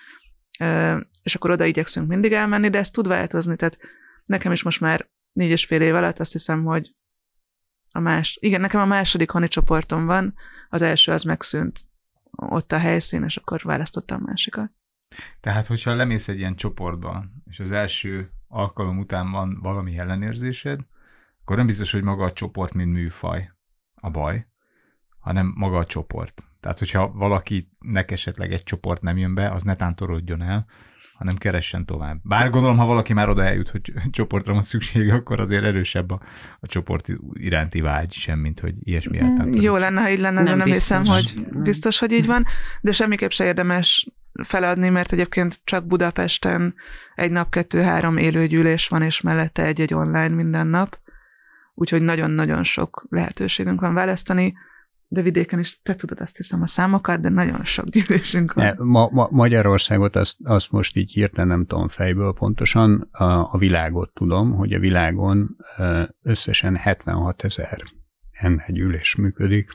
és akkor oda igyekszünk mindig elmenni, de ez tud változni, tehát nekem is most már négy és fél év alatt azt hiszem, hogy a más, igen, nekem a második honi csoportom van, az első az megszűnt ott a helyszín, és akkor választottam másikat. Tehát, hogyha lemész egy ilyen csoportba, és az első alkalom után van valami ellenérzésed, akkor nem biztos, hogy maga a csoport, mint műfaj a baj, hanem maga a csoport. Tehát, hogyha valakinek esetleg egy csoport nem jön be, az ne tántorodjon el, hanem keressen tovább. Bár gondolom, ha valaki már oda eljut, hogy csoportra van szüksége, akkor azért erősebb a, a csoport iránti vágy, semmint, hogy ilyesmi eltántorodjon. Jó lenne, ha így lenne, nem de nem biztos, hiszem, hogy nem. biztos, hogy így van, de semmiképp se érdemes feladni, mert egyébként csak Budapesten egy nap, kettő-három élőgyűlés van, és mellette egy-egy online minden nap, úgyhogy nagyon-nagyon sok lehetőségünk van választani, de vidéken is, te tudod azt hiszem a számokat, de nagyon sok gyűlésünk van. Ne, ma, ma, Magyarországot azt, azt most így hirtelen nem tudom fejből pontosan, a, a világot tudom, hogy a világon összesen hetvenhatezer enne gyűlés működik,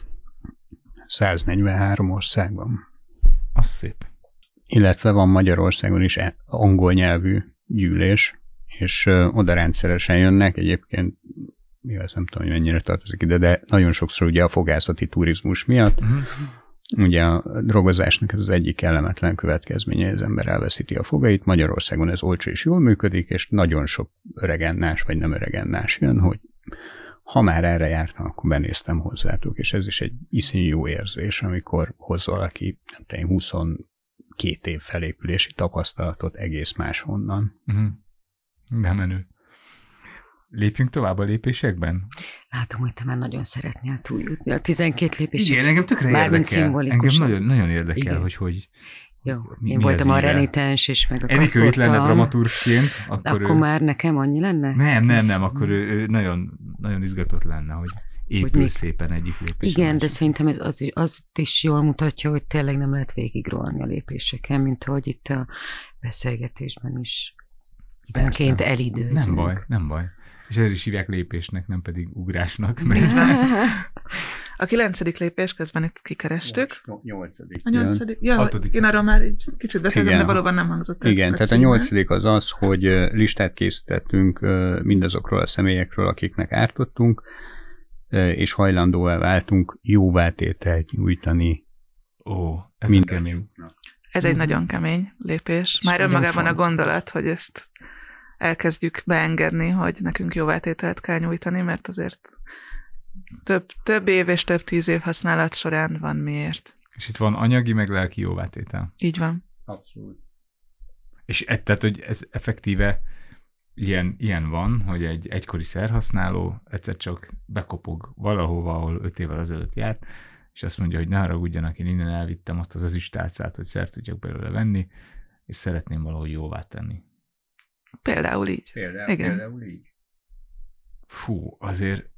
száznegyvenhárom országban. Az szép. Illetve van Magyarországon is angol nyelvű gyűlés, és oda rendszeresen jönnek, egyébként igaz, nem tudom, hogy mennyire tartozik ide, de nagyon sokszor ugye a fogászati turizmus miatt, uh-huh. ugye a drogozásnak ez az egyik kellemetlen következménye, hogy az ember elveszíti a fogait. Magyarországon ez olcsó és jól működik, és nagyon sok öregennás vagy nem öregennás jön, hogy ha már erre jártam, akkor benéztem hozzátok, és ez is egy iszonyú jó érzés, amikor hoz valaki, nem tudom, huszonkét év felépülési tapasztalatot egész máshonnan. Uh-huh. De menő. Lépjünk tovább a lépésekben? Látom, hogy te már nagyon szeretnél túljutni a tizenkét lépésig. Igen, engem tökre érdekel. Engem nagyon, nagyon érdekel, Igen. hogy hogy... Jó, mi, én mi voltam a renitens, és megakasztottam. Enikő itt lenne dramaturgként. Akkor, akkor ő... már nekem annyi lenne? Nem, nem, nem, akkor ő, ő nagyon, nagyon izgatott lenne, hogy épül hogy szépen egyik lépés. Igen, de szerintem ez az, az is jól mutatja, hogy tényleg nem lehet végigrólni a lépéseken, mint ahogy itt a beszélgetésben is időnként elidőzünk. Nem baj, nem baj. És ezért is hívják lépésnek, nem pedig ugrásnak. A kilencedik lépés közben itt kikerestük. Nyolcadik. A nyolcadik. Ja, hatodik. Én arról már egy kicsit beszéltem, de valóban nem hangzott. Igen, tehát a nyolcadik az az, hogy listát készítettünk mindazokról a személyekről, akiknek ártottunk, és hajlandóvá váltunk jóvátételt nyújtani. Ó, ez a kemény. Ez egy nagyon kemény lépés. Már önmagában a gondolat, hogy ezt elkezdjük beengedni, hogy nekünk jóvátételt kell nyújtani, mert azért több, több év és több tíz év használat során van miért. És itt van anyagi, meg lelki jóvátétel. Így van. Abszolút. És e, tehát, hogy ez effektíve ilyen, ilyen van, hogy egy egykori szerhasználó egyszer csak bekopog valahova, ahol öt évvel azelőtt járt, és azt mondja, hogy ne haragudjanak, én innen elvittem azt az ezüstálcát, hogy szert tudjak belőle venni, és szeretném valahogy jóvá tenni. Például így. Például, Igen. például így. Fú, azért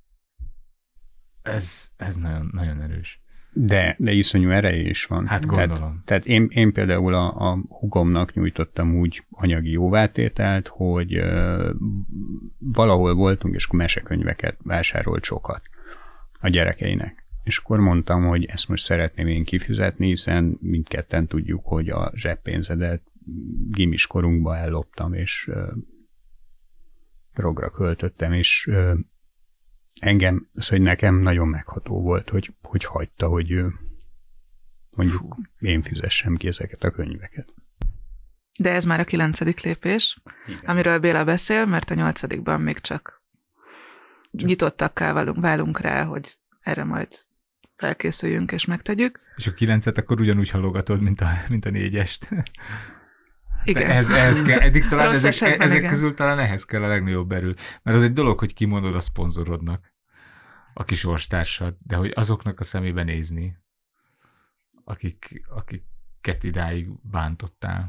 ez, ez nagyon, nagyon erős. De, de iszonyú ereje is van. Hát gondolom. Tehát, tehát én, én például a, a hugomnak nyújtottam úgy anyagi jóvátételt, hogy uh, valahol voltunk, és akkor mesekönyveket vásárolt sokat a gyerekeinek. És akkor mondtam, hogy ezt most szeretném én kifizetni, hiszen mindketten tudjuk, hogy a zseppénzedet gimis korunkba elloptam, és uh, drogra költöttem, és uh, engem, az, hogy nekem nagyon megható volt, hogy, hogy hagyta, hogy uh, mondjuk én fizessem ki ezeket a könyveket. De ez már a kilencedik lépés, Igen. amiről Béla beszél, mert a nyolcadikban még csak, csak nyitottakká válunk, válunk rá, hogy erre majd felkészüljünk és megtegyük. És a kilencet akkor ugyanúgy halogatod, mint a, mint a négyest. Igen. Ehhez, ehhez kell, eddig talán ezek, esetben, ezek közül talán ehhez kell a legnagyobb erő. Mert az egy dolog, hogy kimondod a szponzorodnak, a kis sorstársad, de hogy azoknak a szemébe nézni, akik, akiket idáig bántottál.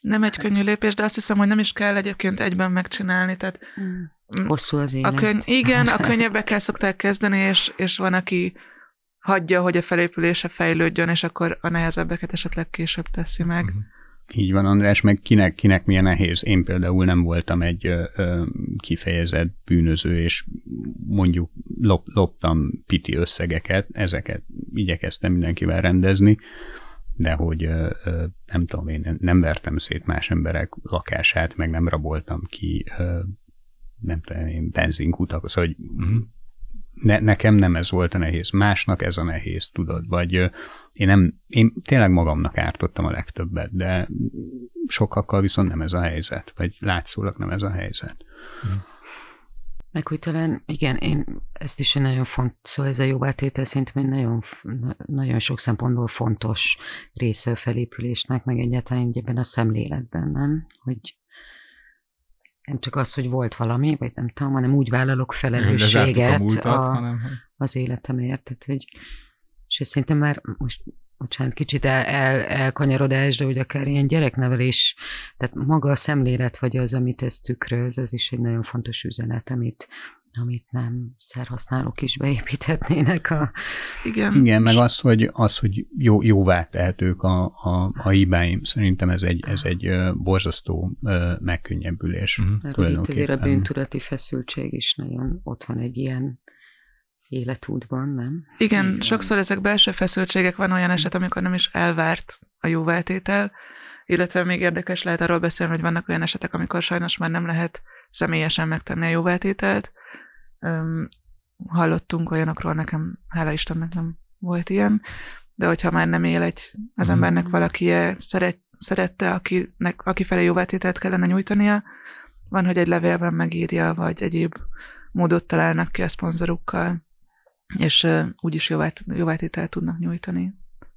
Nem egy könnyű lépés, de azt hiszem, hogy nem is kell egyébként egyben megcsinálni. Tehát hosszú az élet. A könny- igen, a könnyebbekkel szokták kezdeni, és, és van, aki hagyja, hogy a felépülése fejlődjön, és akkor a nehezebbeket esetleg később teszi meg. Uh-huh. Így van, András, meg kinek, kinek milyen nehéz. Én például nem voltam egy ö, ö, kifejezett bűnöző, és mondjuk lop, loptam piti összegeket, ezeket igyekeztem mindenkivel rendezni, de hogy ö, ö, nem tudom, én nem vertem szét más emberek lakását, meg nem raboltam ki ö, nem tudom, én benzinkutak, szóval, hogy uh-huh. ne, nekem nem ez volt a nehéz, másnak ez a nehéz, tudod, vagy ö, én nem, én tényleg magamnak ártottam a legtöbbet, de sokakkal viszont nem ez a helyzet, vagy látszólag nem ez a helyzet. Uh-huh. Meg hogy talán, igen, én ezt is egy nagyon fontos, szóval ez a jóvátétel szerintem egy nagyon, nagyon sok szempontból fontos része a felépülésnek, meg egyáltalán ebben a szemléletben, nem? Hogy nem csak az, hogy volt valami, vagy nem tudom, hanem úgy vállalok felelősséget a múltat, a, hanem... az életemért. Tehát, hogy, és ez szerintem már most bocsánat, kicsit el, el, elkanyarodás, de hogy akár ilyen gyereknevelés, tehát maga a szemlélet, vagy az, amit ez tükröz, ez is egy nagyon fontos üzenet, amit, amit nem szerhasználók is beépíthetnének a... Igen, Igen, meg az, hogy, az, hogy jó, jóvá tehetők a, a, a hibáim, szerintem ez egy, ez egy borzasztó megkönnyebbülés. Uh-huh. Itt azért a bűntudati feszültség is nagyon ott van egy ilyen életútban, nem? Igen, Igen, sokszor ezek belső feszültségek, van olyan eset, amikor nem is elvárt a jóvátétel, illetve még érdekes lehet arról beszélni, hogy vannak olyan esetek, amikor sajnos már nem lehet személyesen megtenni a jóvátételt. Üm, hallottunk olyanokról, nekem, hála Istennek nem volt ilyen, de hogyha már nem él egy, az embernek valaki szeret, szerette, akinek, aki felé jóvátételt kellene nyújtania, van, hogy egy levélben megírja, vagy egyéb módot találnak ki a szponzorukkal, és uh, úgyis jóvátételt tudnak nyújtani.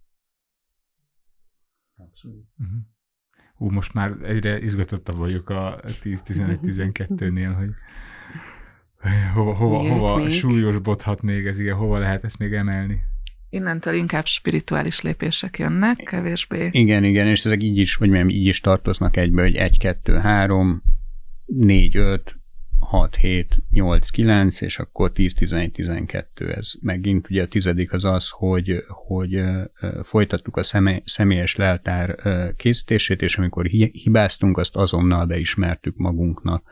Abszolút. Uh-huh. Hú, most már egyre izgatottabb vagyok a tíz-tizenegy-tizenkettőnél, hogy hova, hova, hova súlyosbodhat még ez, igen, hova lehet ezt még emelni? Innentől inkább spirituális lépések jönnek, kevésbé. Igen, igen, és ezek így is, hogy mondjam, így is tartoznak egybe, hogy egy, kettő, három, négy, öt, hat, hét, nyolc, kilenc, és akkor tíz, tizenegy, tizenkettő, ez megint ugye a tizedik az az, hogy, hogy folytattuk a személy, személyes leltár készítését, és amikor hibáztunk, azt azonnal beismertük magunknak.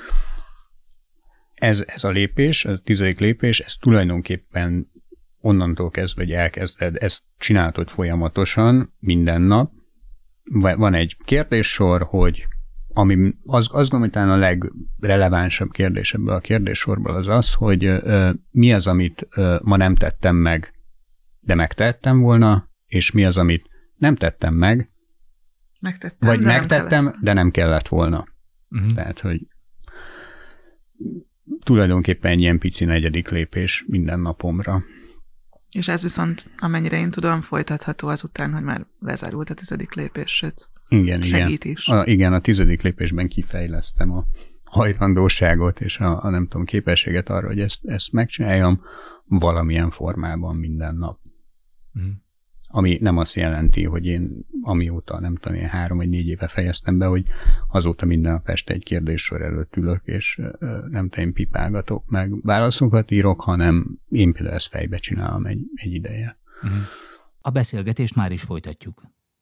Ez, ez a lépés, a tizedik lépés, ez tulajdonképpen onnantól kezdve, hogy elkezded, ezt csináltod folyamatosan, minden nap. Van egy kérdéssor, hogy ami az, azt gondolom, hogy talán a legrelevánsabb kérdés ebből a kérdéssorból az az, hogy ö, mi az, amit ö, ma nem tettem meg, de megtettem volna, és mi az, amit nem tettem meg, megtettem, vagy de megtettem, nem de nem kellett volna. Uh-huh. Tehát, hogy tulajdonképpen egy ilyen pici negyedik lépés minden napomra. És ez viszont, amennyire én tudom, folytatható azután, hogy már lezárult a tizedik lépés, sőt, igen, segít igen. is. A, igen, a tizedik lépésben kifejlesztem a hajlandóságot és a, a nem tudom, képességet arra, hogy ezt, ezt megcsináljam valamilyen formában minden nap. Mm. Ami nem azt jelenti, hogy én amióta, nem tudom, én három vagy négy éve fejeztem be, hogy azóta minden nap este egy kérdéssor előtt ülök, és nem tudom, én pipálgatok, meg válaszokat írok, hanem én például ezt fejbe csinálom egy, egy ideje. Mm. A beszélgetést már is folytatjuk.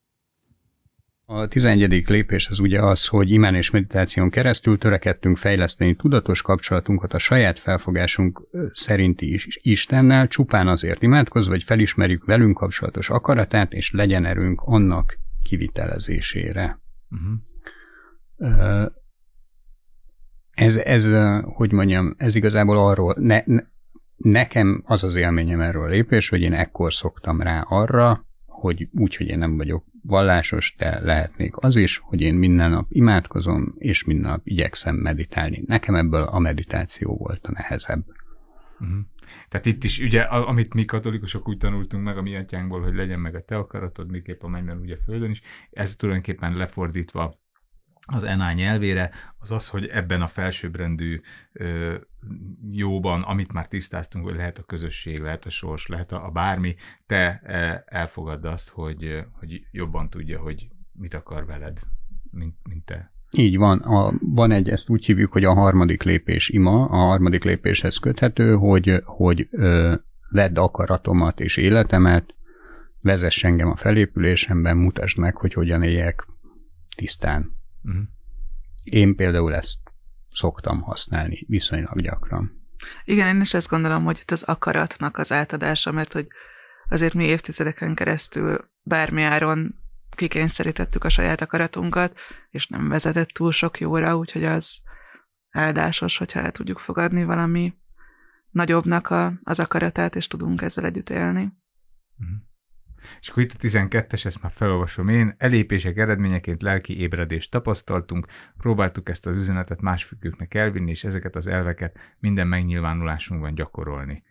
A tizenegyedik lépés az ugye az, hogy imán és meditáción keresztül törekedtünk fejleszteni tudatos kapcsolatunkat a saját felfogásunk szerinti Istennel, csupán azért imádkozva, hogy felismerjük velünk kapcsolatos akaratát, és legyen erőnk annak kivitelezésére. Uh-huh. Ez, ez, hogy mondjam, ez igazából arról, ne, ne, nekem az az élményem erről a lépés, hogy én ekkor szoktam rá arra, hogy úgy, hogy én nem vagyok vallásos, de lehetnék az is, hogy én minden nap imádkozom, és minden nap igyekszem meditálni. Nekem ebből a meditáció volt a nehezebb. Uh-huh. Tehát itt is, ugye, amit mi katolikusok úgy tanultunk meg a mi atyánkból, hogy legyen meg a te akaratod, miképp a mennyben, ugye földön is, ez tulajdonképpen lefordítva az en á nyelvére, az az, hogy ebben a felsőbbrendű ö, jóban, amit már tisztáztunk, hogy lehet a közösség, lehet a sors, lehet a, a bármi, te e, elfogadd azt, hogy, hogy jobban tudja, hogy mit akar veled. mint, mint te. Így van. A, van egy, ezt úgy hívjuk, hogy a harmadik lépés ima, a harmadik lépéshez köthető, hogy, hogy ö, vedd akaratomat és életemet, vezess engem a felépülésemben, mutasd meg, hogy hogyan éljek tisztán. Uh-huh. Én például ezt szoktam használni viszonylag gyakran. Igen, én is ezt gondolom, hogy itt az akaratnak az átadása, mert hogy azért mi évtizedeken keresztül bármi áron kikényszerítettük a saját akaratunkat, és nem vezetett túl sok jóra, úgyhogy az áldásos, hogyha el tudjuk fogadni valami nagyobbnak a, az akaratát, és tudunk ezzel együtt élni. Uh-huh. És akkor itt a tizenkettes, ezt már felolvasom én, elépések eredményeként lelki ébredést tapasztaltunk, próbáltuk ezt az üzenetet más függőknek elvinni, és ezeket az elveket minden megnyilvánulásunkban gyakorolni.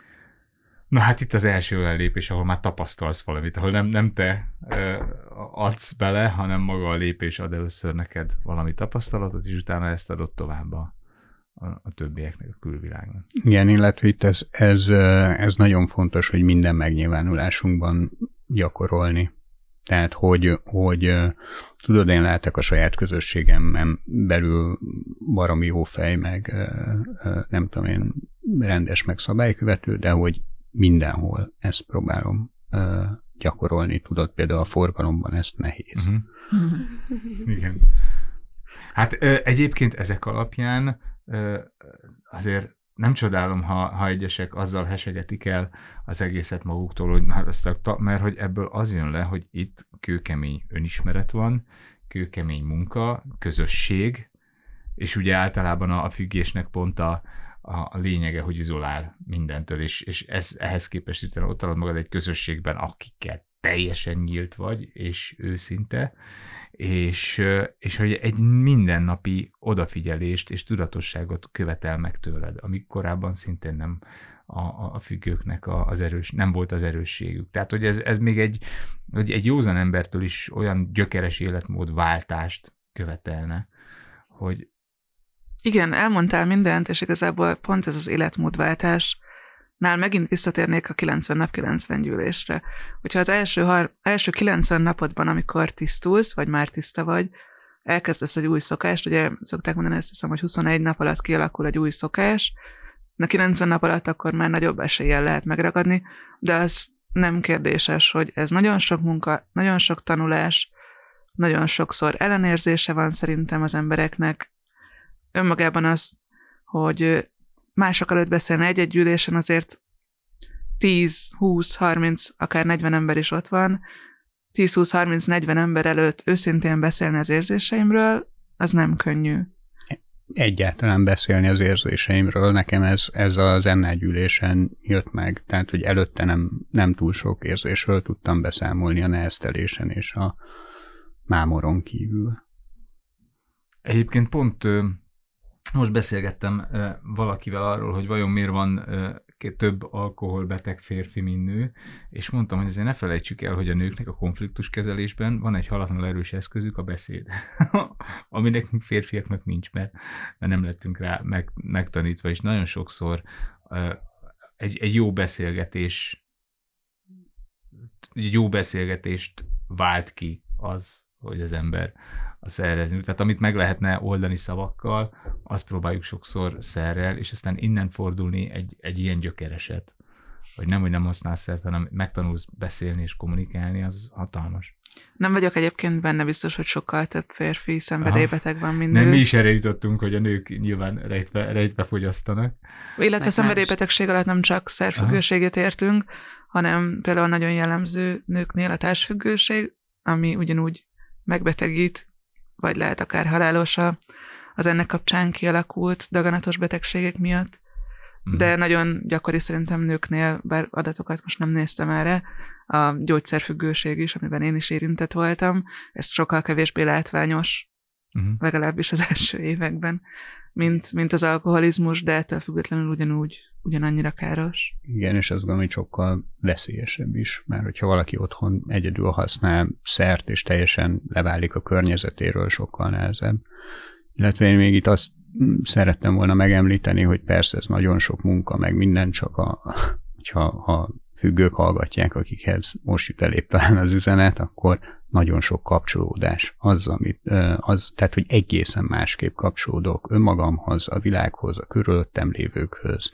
Na hát itt az első olyan lépés, ahol már tapasztalsz valamit, ahol nem, nem te ö, adsz bele, hanem maga a lépés ad először neked valami tapasztalatot, és utána ezt adod tovább a, a, a többieknek a külvilágon. Igen, illetve itt ez, ez, ez nagyon fontos, hogy minden megnyilvánulásunkban gyakorolni. Tehát, hogy, hogy tudod, én lehetek a saját közösségemben belül baromi jó fej, meg nem tudom én, rendes, meg szabálykövető, de hogy mindenhol ezt próbálom gyakorolni. Tudod, például a forgalomban ezt nehéz. Uh-huh. Igen. Hát egyébként ezek alapján azért nem csodálom, ha, ha egyesek azzal hesegetik el az egészet maguktól, hogy mert hogy ebből az jön le, hogy itt kőkemény önismeret van, kőkemény munka, közösség, és ugye általában a, a függésnek pont a, a lényege, hogy izolál mindentől, és, és ez, ehhez képest itt ott találod magad egy közösségben, akikkel teljesen nyílt vagy, és őszinte, és, és hogy egy mindennapi odafigyelést és tudatosságot követel meg tőled, amik korábban szintén nem a, a függőknek az erős, nem volt az erősségük. Tehát, hogy ez, ez még egy, hogy egy józan embertől is olyan gyökeres életmódváltást követelne, hogy igen, elmondtál mindent, és igazából pont ez az életmódváltás, nál megint visszatérnék a kilencven nap kilencven gyűlésre. Hogyha az első, har- első kilencven napodban, amikor tisztulsz, vagy már tiszta vagy, elkezdesz egy új szokást, ugye szokták mondani, ezt hiszem, hogy huszonegy nap alatt kialakul egy új szokás, a kilencven nap alatt akkor már nagyobb eséllyel lehet megragadni, de az nem kérdéses, hogy ez nagyon sok munka, nagyon sok tanulás, nagyon sokszor ellenérzése van szerintem az embereknek. Önmagában az, hogy mások előtt beszélni egy-egy gyűlésen, azért tíz, húsz, harminc, akár negyven ember is ott van, tíz, húsz, harminc, negyven ember előtt őszintén beszélni az érzéseimről, az nem könnyű. Egyáltalán beszélni az érzéseimről, nekem ez, ez az en á gyűlésen jött meg, tehát hogy előtte nem, nem túl sok érzésről tudtam beszámolni a neheztelésen és a mámoron kívül. Egyébként pont most beszélgettem valakivel arról, hogy vajon miért van több alkoholbeteg férfi, mint nő, és mondtam, hogy azért ne felejtsük el, hogy a nőknek a konfliktuskezelésben van egy halatlanul erős eszközük, a beszéd, ami nekünk férfiaknak nincs, mert, mert nem lettünk rá meg, megtanítva, és nagyon sokszor egy, egy jó beszélgetés, egy jó beszélgetést vált ki az, hogy az ember a szerrezni. Tehát amit meg lehetne oldani szavakkal, azt próbáljuk sokszor szerrel, és aztán innen fordulni egy, egy ilyen gyökereset, hogy nem, hogy nem használsz szert, hanem megtanulsz beszélni és kommunikálni, az hatalmas. Nem vagyok egyébként benne biztos, hogy sokkal több férfi szenvedélybeteg van, mint nő. Nem, mi is erre jutottunk, hogy a nők nyilván rejtve, rejtve fogyasztanak. Illetve meg szenvedélybetegség alatt nem csak szerfüggőséget értünk, hanem például nagyon jellemző nőknél a társfüggőség, ami ugyanúgy megbetegít, vagy lehet akár halálos az ennek kapcsán kialakult daganatos betegségek miatt. De mm. nagyon gyakori szerintem nőknél, bár adatokat most nem néztem erre, a gyógyszerfüggőség is, amiben én is érintett voltam, ez sokkal kevésbé látványos, mm. legalábbis az első években, mint, mint az alkoholizmus, de ettől függetlenül ugyanúgy, ugyanannyira káros. Igen, és azt gondolom, hogy sokkal veszélyesebb is, mert hogyha valaki otthon egyedül használ szert, és teljesen leválik a környezetéről, sokkal nehezebb. Illetve én még itt azt szerettem volna megemlíteni, hogy persze ez nagyon sok munka, meg minden, csak a, hogyha, ha függők hallgatják, akikhez most jut el épp talán az üzenet, akkor nagyon sok kapcsolódás az, amit, az, tehát, hogy egészen másképp kapcsolódok önmagamhoz, a világhoz, a körülöttem lévőkhöz.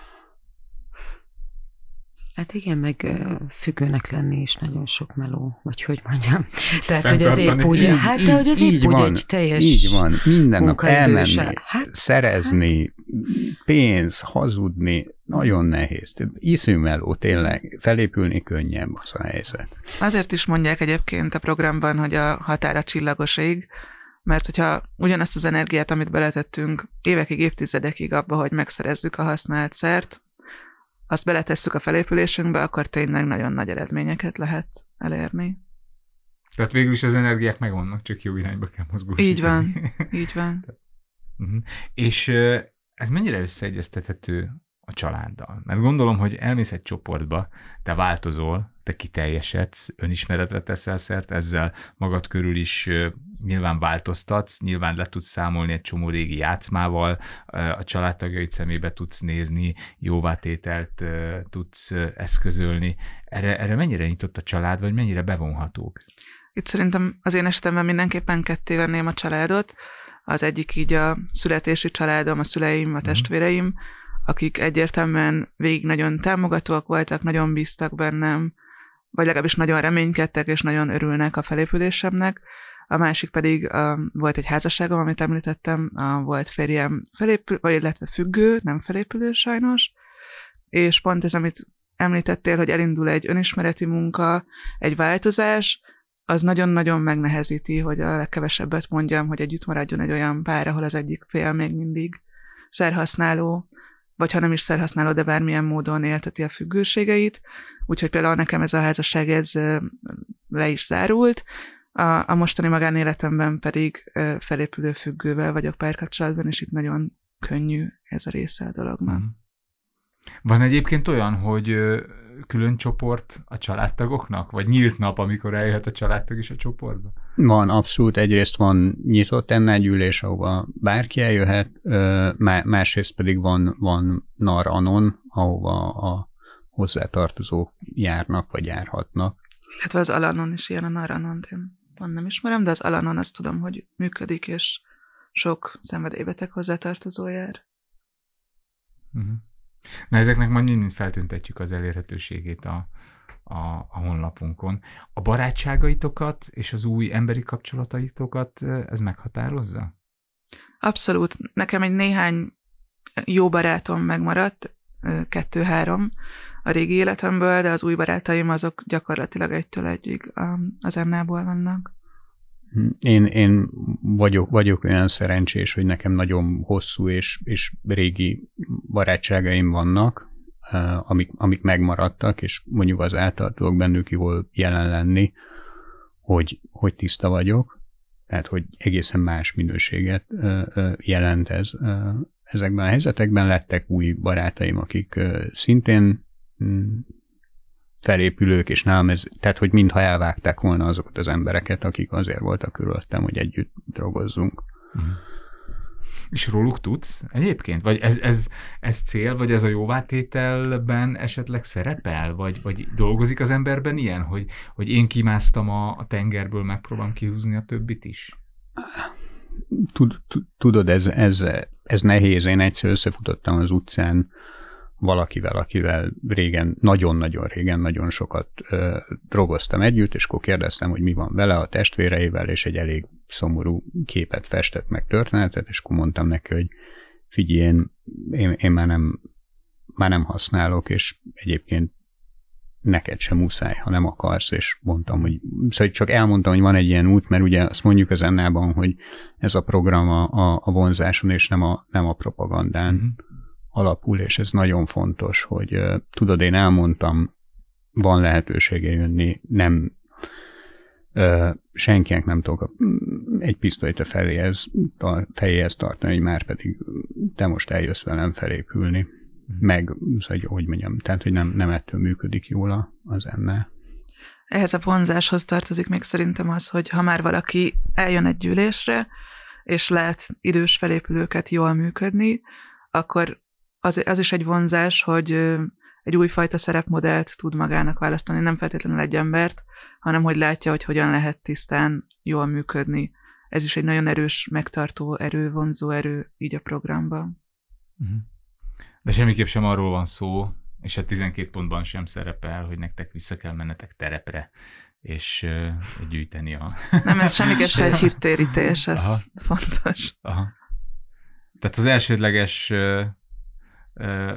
Hát igen, meg függőnek lenni is nagyon sok meló, vagy hogy mondjam. Tehát, hogy az épp úgy, hát, így, de hogy az épp úgy van, egy teljes így van, minden nap elmenni, hát, szerezni, hát, pénz, hazudni, nagyon nehéz. Iszű meló, tényleg, felépülni könnyebb az a helyzet. Azért is mondják egyébként a programban, hogy a határ a csillagos ég, mert hogyha ugyanazt az energiát, amit beletettünk évekig, évtizedekig abba, hogy megszerezzük a használt szert, azt beletesszük a felépülésünkbe, akkor tényleg nagyon nagy eredményeket lehet elérni. Tehát végül is az energiák megvannak, csak jó irányba kell mozgósítani. Így van, így van. Uh-huh. És ez mennyire összeegyeztethető a családdal? Mert gondolom, hogy elmész egy csoportba, te változol, te kiteljesedsz, önismeretre teszel szert, ezzel magad körül is nyilván változtatsz, nyilván le tudsz számolni egy csomó régi játszmával, a családtagjaid szemébe tudsz nézni, jóvátételt tudsz eszközölni. Erre, erre mennyire nyitott a család, vagy mennyire bevonhatók? Itt szerintem az én esetemben mindenképpen ketté venném a családot. Az egyik így a születési családom, a szüleim, a testvéreim, akik egyértelműen végig nagyon támogatóak voltak, nagyon bíztak bennem, vagy legalábbis nagyon reménykedtek, és nagyon örülnek a felépülésemnek. A másik pedig uh, volt egy házasságom, amit említettem, uh, volt férjem felépül, vagy illetve függő, nem felépülő sajnos, és pont ez, amit említettél, hogy elindul egy önismereti munka, egy változás, az nagyon-nagyon megnehezíti, hogy a legkevesebbet mondjam, hogy együtt maradjon egy olyan pár, ahol az egyik fél még mindig szerhasználó, vagy ha nem is szerhasználó, de bármilyen módon élteti a függőségeit. Úgyhogy például nekem ez a házasság ez le is zárult. A, a mostani magánéletemben pedig felépülő függővel vagyok párkapcsolatban, és itt nagyon könnyű ez a része a dolognak. Van egyébként olyan, hogy külön csoport a családtagoknak? Vagy nyílt nap, amikor eljöhet a családtag is a csoportba? Van, abszolút. Egyrészt van nyitott ennelgyűlés, ahova bárki eljöhet, másrészt pedig van, van nar anon, ahova a hozzátartozók járnak, vagy járhatnak. Hát az Alanon is ilyen, a nar anon, én pont nem ismerem, de az Alanon azt tudom, hogy működik, és sok szenvedélybeteg hozzátartozó jár. Uh-huh. Na, ezeknek majd mind feltüntetjük az elérhetőségét a, a, a honlapunkon. A barátságaitokat és az új emberi kapcsolataitokat ez meghatározza? Abszolút. Nekem egy néhány jó barátom megmaradt, kettő-három a régi életemből, de az új barátaim azok gyakorlatilag egytől egyig az Ennából vannak. Én, én vagyok, vagyok olyan szerencsés, hogy nekem nagyon hosszú és, és régi barátságaim vannak, amik, amik megmaradtak, és mondjuk az által tudok bennük jól jelen lenni, hogy, hogy tiszta vagyok, tehát hogy egészen más minőséget jelent ez. Ezekben a helyzetekben lettek új barátaim, akik szintén felépülők, és nálam ez, tehát hogy mintha elvágták volna azokat az embereket, akik azért voltak körülöttem, hogy együtt dolgozzunk. Uh-huh. És róluk tudsz egyébként? Vagy ez, ez, ez cél, vagy ez a jóvátételben esetleg szerepel? Vagy, vagy dolgozik az emberben ilyen, hogy, hogy én kimásztam a, a tengerből, megpróbálom kihúzni a többit is? Tudod, ez, ez, ez nehéz. Én egyszer összefutottam az utcán valakivel, akivel régen, nagyon-nagyon régen, nagyon sokat ö, drogoztam együtt, és akkor kérdeztem, hogy mi van vele, a testvéreivel, és egy elég szomorú képet festett meg, történetet, és akkor mondtam neki, hogy figyelj, én, én, én már, nem, már nem használok, és egyébként neked sem muszáj, ha nem akarsz, és mondtam, hogy szóval csak elmondtam, hogy van egy ilyen út, mert ugye azt mondjuk az Ennában, hogy ez a program a, a, a vonzáson, és nem a, nem a propagandán mm-hmm. alapul, és ez nagyon fontos, hogy uh, tudod, én elmondtam, van lehetősége jönni, nem uh, senkinek nem tudok egy pisztolyt a feléhez, a fejéhez tartani, hogy már pedig te most eljössz velem felépülni. Meg, szóval, hogy mondjam, tehát, hogy nem, nem ettől működik jól az enne. Ehhez a vonzáshoz tartozik még szerintem az, hogy ha már valaki eljön egy gyűlésre, és lát idős felépülőket jól működni, akkor az, az is egy vonzás, hogy egy újfajta szerepmodellt tud magának választani, nem feltétlenül egy embert, hanem hogy látja, hogy hogyan lehet tisztán jól működni. Ez is egy nagyon erős, megtartó erő, vonzó erő így a programban. De semmiképp sem arról van szó, és a tizenkét pontban sem szerepel, hogy nektek vissza kell mennetek terepre, és uh, gyűjteni a... Nem, ez semmiképp se egy hittérítés, ez Aha. fontos. Aha. Tehát az elsődleges uh, uh,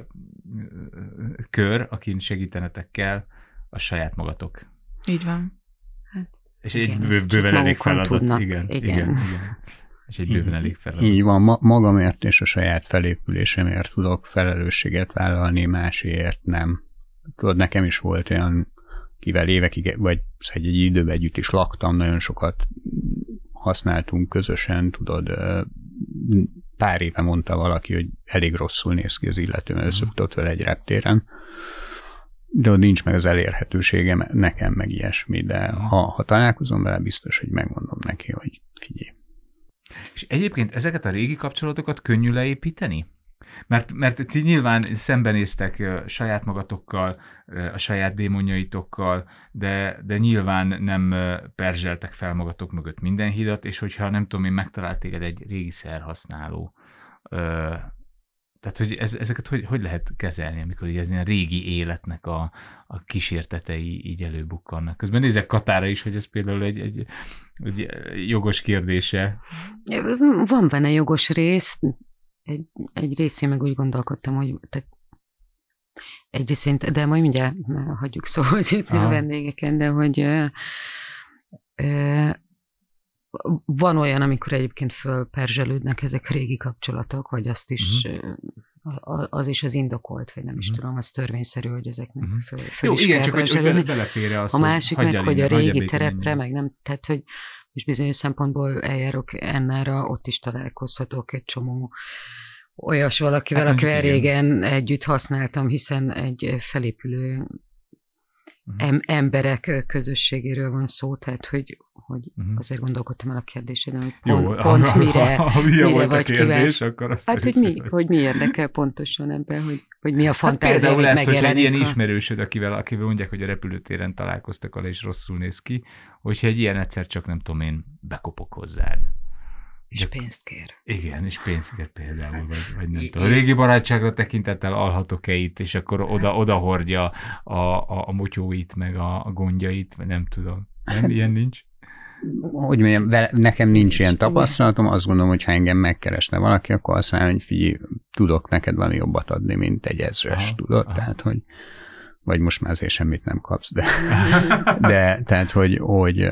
kör, akin segítenetek kell, a saját magatok. Így van. Hát, és igen, egy bő, bőven elég feladat. Igen, igen, igen. igen, igen. És egy bőven elég feladat. Így van, ma- magamért és a saját felépülésemért tudok felelősséget vállalni, másért nem. Tudod, nekem is volt olyan, kivel évekig, vagy egy, egy időben együtt is laktam, nagyon sokat használtunk közösen, tudod, pár éve mondta valaki, hogy elég rosszul néz ki az illető, mert összefutott vele egy reptéren, de ott nincs meg az elérhetőségem, nekem meg ilyesmi, de ha, ha találkozom vele, biztos, hogy megmondom neki, hogy figyelj. És egyébként ezeket a régi kapcsolatokat könnyű leépíteni? Mert, mert ti nyilván szembenéztek saját magatokkal, a saját démonjaitokkal, de, de nyilván nem perzseltek fel magatok mögött minden hidat, és hogyha nem tudom én, megtalált téged egy régi szerhasználó, tehát hogy ez, ezeket hogy, hogy lehet kezelni, amikor így ez ilyen régi életnek a, a kísértetei így előbukkannak. Közben nézek Katára is, hogy ez például egy, egy, egy jogos kérdése. Van benne jogos rész, egy, egy részén meg úgy gondolkodtam, hogy tehát egy részén, de majd mindjárt hagyjuk szóhoz jutni a vendégeken, de hogy ö, ö, van olyan, amikor egyébként fölperzselődnek ezek a régi kapcsolatok, vagy azt is, uh-huh. az is az indokolt, vagy nem is uh-huh. tudom, az törvényszerű, hogy ezeknek uh-huh. föl, föl Jó, is igen, kell csak perzselődni. hogy beleférje az, a másik meg, hogy a régi terepre, menjen. meg nem, tehát, hogy most bizonyos szempontból eljárok ennára, ott is találkozhatok egy csomó olyas valakivel, hát, akivel régen együtt használtam, hiszen egy felépülő uh-huh. em- emberek közösségéről van szó, tehát hogy, hogy uh-huh. azért gondolkodtam el a kérdéseden, hogy pont, Jó, pont ha, mire, ha, ha mire volt vagy a kérdés, kíváncsi. akkor azt Hát, hogy mi, hogy mi érdekel pontosan ebben, hogy, hogy mi a fantázia, hát hogy megjelenik. Például ezt, hogy egy ilyen a... ismerősöd, akivel, akivel mondják, hogy a repülőtéren találkoztak alá, és rosszul néz ki, hogyha egy ilyen egyszer csak nem tudom én, bekopok hozzád. És de, pénzt kér. Igen, és pénzt kér például, vagy, vagy nem tudom. A régi barátságra tekintettel alhatok-e itt, és akkor oda, oda hordja a, a, a motyóit, meg a, a gondjait, vagy nem tudom. Nem, ilyen nincs? Hogy mondjam, nekem nincs ilyen tapasztalatom, azt gondolom, hogy ha engem megkeresne valaki, akkor azt mondja, hogy figyelj, tudok neked valami jobbat adni, mint egy ezres, aha, tudod? Aha. Tehát, hogy vagy most már azért semmit nem kapsz, de, de tehát, hogy, hogy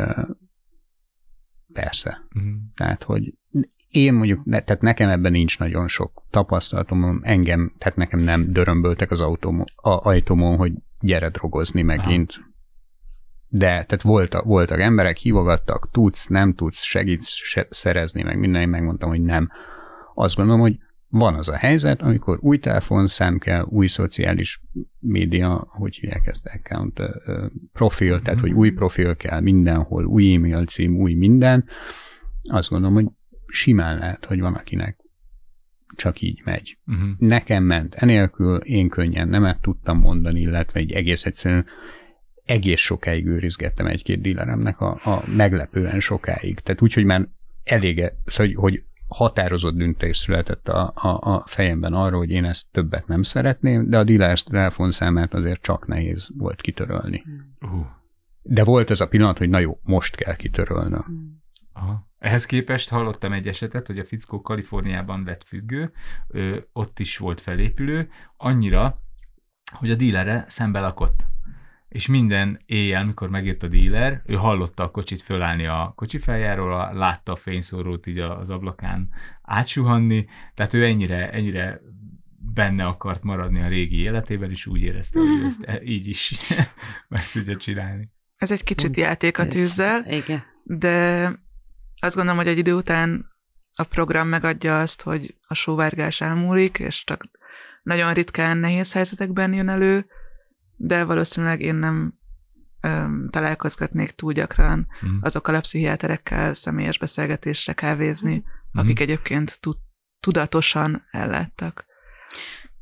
persze. Uh-huh. Tehát, hogy én mondjuk, tehát nekem ebben nincs nagyon sok tapasztalatom, engem, tehát nekem nem dörömböltek az autómon, a ajtómon, hogy gyere drogozni megint. Aha. De, tehát voltak, voltak emberek, hívogattak, tudsz, nem tudsz, segítsz se, szerezni, meg minden, én megmondtam, hogy nem. Azt gondolom, hogy van az a helyzet, amikor új telefonszám kell, új szociális média, hogy hívják ezt, account, profil, tehát, hogy új profil kell mindenhol, új e-mail cím, új minden. Azt gondolom, hogy simán lehet, hogy van, akinek csak így megy. Uh-huh. Nekem ment enélkül, én könnyen nemet tudtam mondani, illetve egy egész egyszerűen egész sokáig őrizgettem egy-két díleremnek a, a meglepően sokáig. Tehát úgy, hogy már elége, szóval, hogy határozott döntés született a, a, a fejemben arról, hogy én ezt többet nem szeretném, de a díler telefonszámát azért csak nehéz volt kitörölni. Uh. De volt ez a pillanat, hogy na jó, most kell kitörölnöm. Aha. Ehhez képest hallottam egy esetet, hogy a fickó Kaliforniában vett függő, ö, ott is volt felépülő, annyira, hogy a dílerre szembe lakott. És minden éjjel, mikor megjött a díler, ő hallotta a kocsit fölállni a kocsifeljáról, látta a fényszórót így az ablakán átsuhanni, tehát ő ennyire, ennyire benne akart maradni a régi életében, és úgy érezte, hogy ezt így is meg tudja csinálni. Ez egy kicsit játék a tűzzel, Igen. de azt gondolom, hogy egy idő után a program megadja azt, hogy a sóvárgás elmúlik, és csak nagyon ritkán nehéz helyzetekben jön elő, de valószínűleg én nem öm, találkozgatnék túl gyakran mm. azokkal a pszichiáterekkel személyes beszélgetésre kávézni, mm. akik egyébként tud, tudatosan elláttak.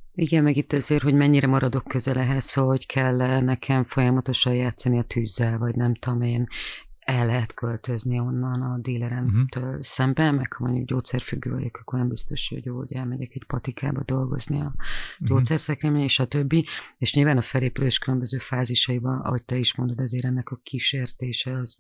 Igen, meg itt azért, hogy mennyire maradok közel ehhez, hogy kell nekem folyamatosan játszani a tűzzel, vagy nem tudom én, el lehet költözni onnan a díleremtől uh-huh. szemben, meg ha mondjuk gyógyszerfüggő vagyok, akkor nem biztos, hogy jó, hogy elmegyek egy patikába dolgozni a gyógyszerszekrényben, és a többi. És nyilván a felépülés különböző fázisaiban, ahogy te is mondod, azért ennek a kísértése az,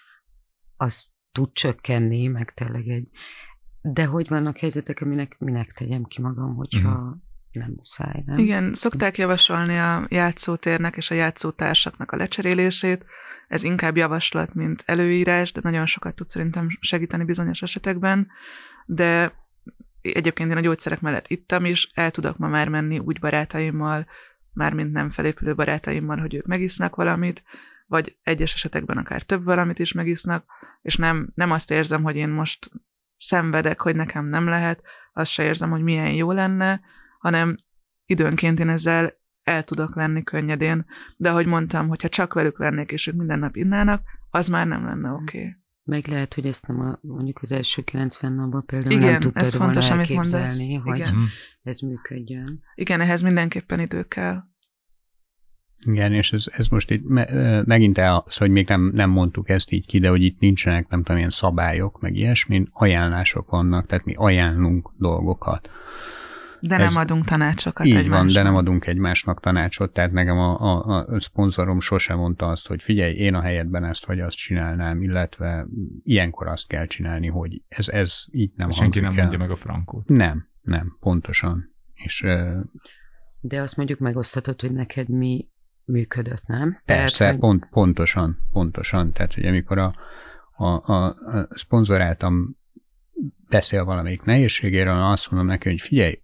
az tud csökkenni, meg tényleg egy... De hogy vannak helyzetek, aminek minek tegyem ki magam, hogyha uh-huh. nem muszáj, nem? Igen, szokták javasolni a játszótérnek és a játszótársaknak a lecserélését. Ez inkább javaslat, mint előírás, de nagyon sokat tud szerintem segíteni bizonyos esetekben. De egyébként én a gyógyszerek mellett ittam is, el tudok ma már menni úgy barátaimmal, mármint nem felépülő barátaimmal, hogy ők megisznak valamit, vagy egyes esetekben akár több valamit is megisznak, és nem, nem azt érzem, hogy én most szenvedek, hogy nekem nem lehet, azt se érzem, hogy milyen jó lenne, hanem időnként én ezzel el tudok lenni könnyedén, de ahogy mondtam, hogyha csak velük lennék, és ők minden nap innának, az már nem lenne oké. Okay. Meg lehet, hogy ezt nem a, mondjuk az első kilencven napban például igen, nem tudtad ez fontos, volna amit elképzelni, mondasz. hogy igen. ez működjön. Igen, ehhez mindenképpen idő kell. Igen, és ez, ez most itt me, megint az, hogy még nem, nem mondtuk ezt így ki, de hogy itt nincsenek, nem tudom, ilyen szabályok, meg ilyesmi, ajánlások vannak, tehát mi ajánlunk dolgokat. De ez nem adunk tanácsokat így egymásnak. Van, de nem adunk egymásnak tanácsot, tehát nekem a, a, a szponzorom sosem mondta azt, hogy figyelj, én a helyedben ezt vagy azt csinálnám, illetve ilyenkor azt kell csinálni, hogy ez, ez így nem hangzik. Senki nem mondja meg a frankót. Nem, nem, pontosan. És, de azt mondjuk megosztatod, hogy neked mi működött, nem? Persze, Tehát, hogy... pont, pontosan, pontosan. Tehát, hogy amikor a, a, a, a szponzoráltam beszél valamelyik nehézségéről, azt mondom neki, hogy figyelj,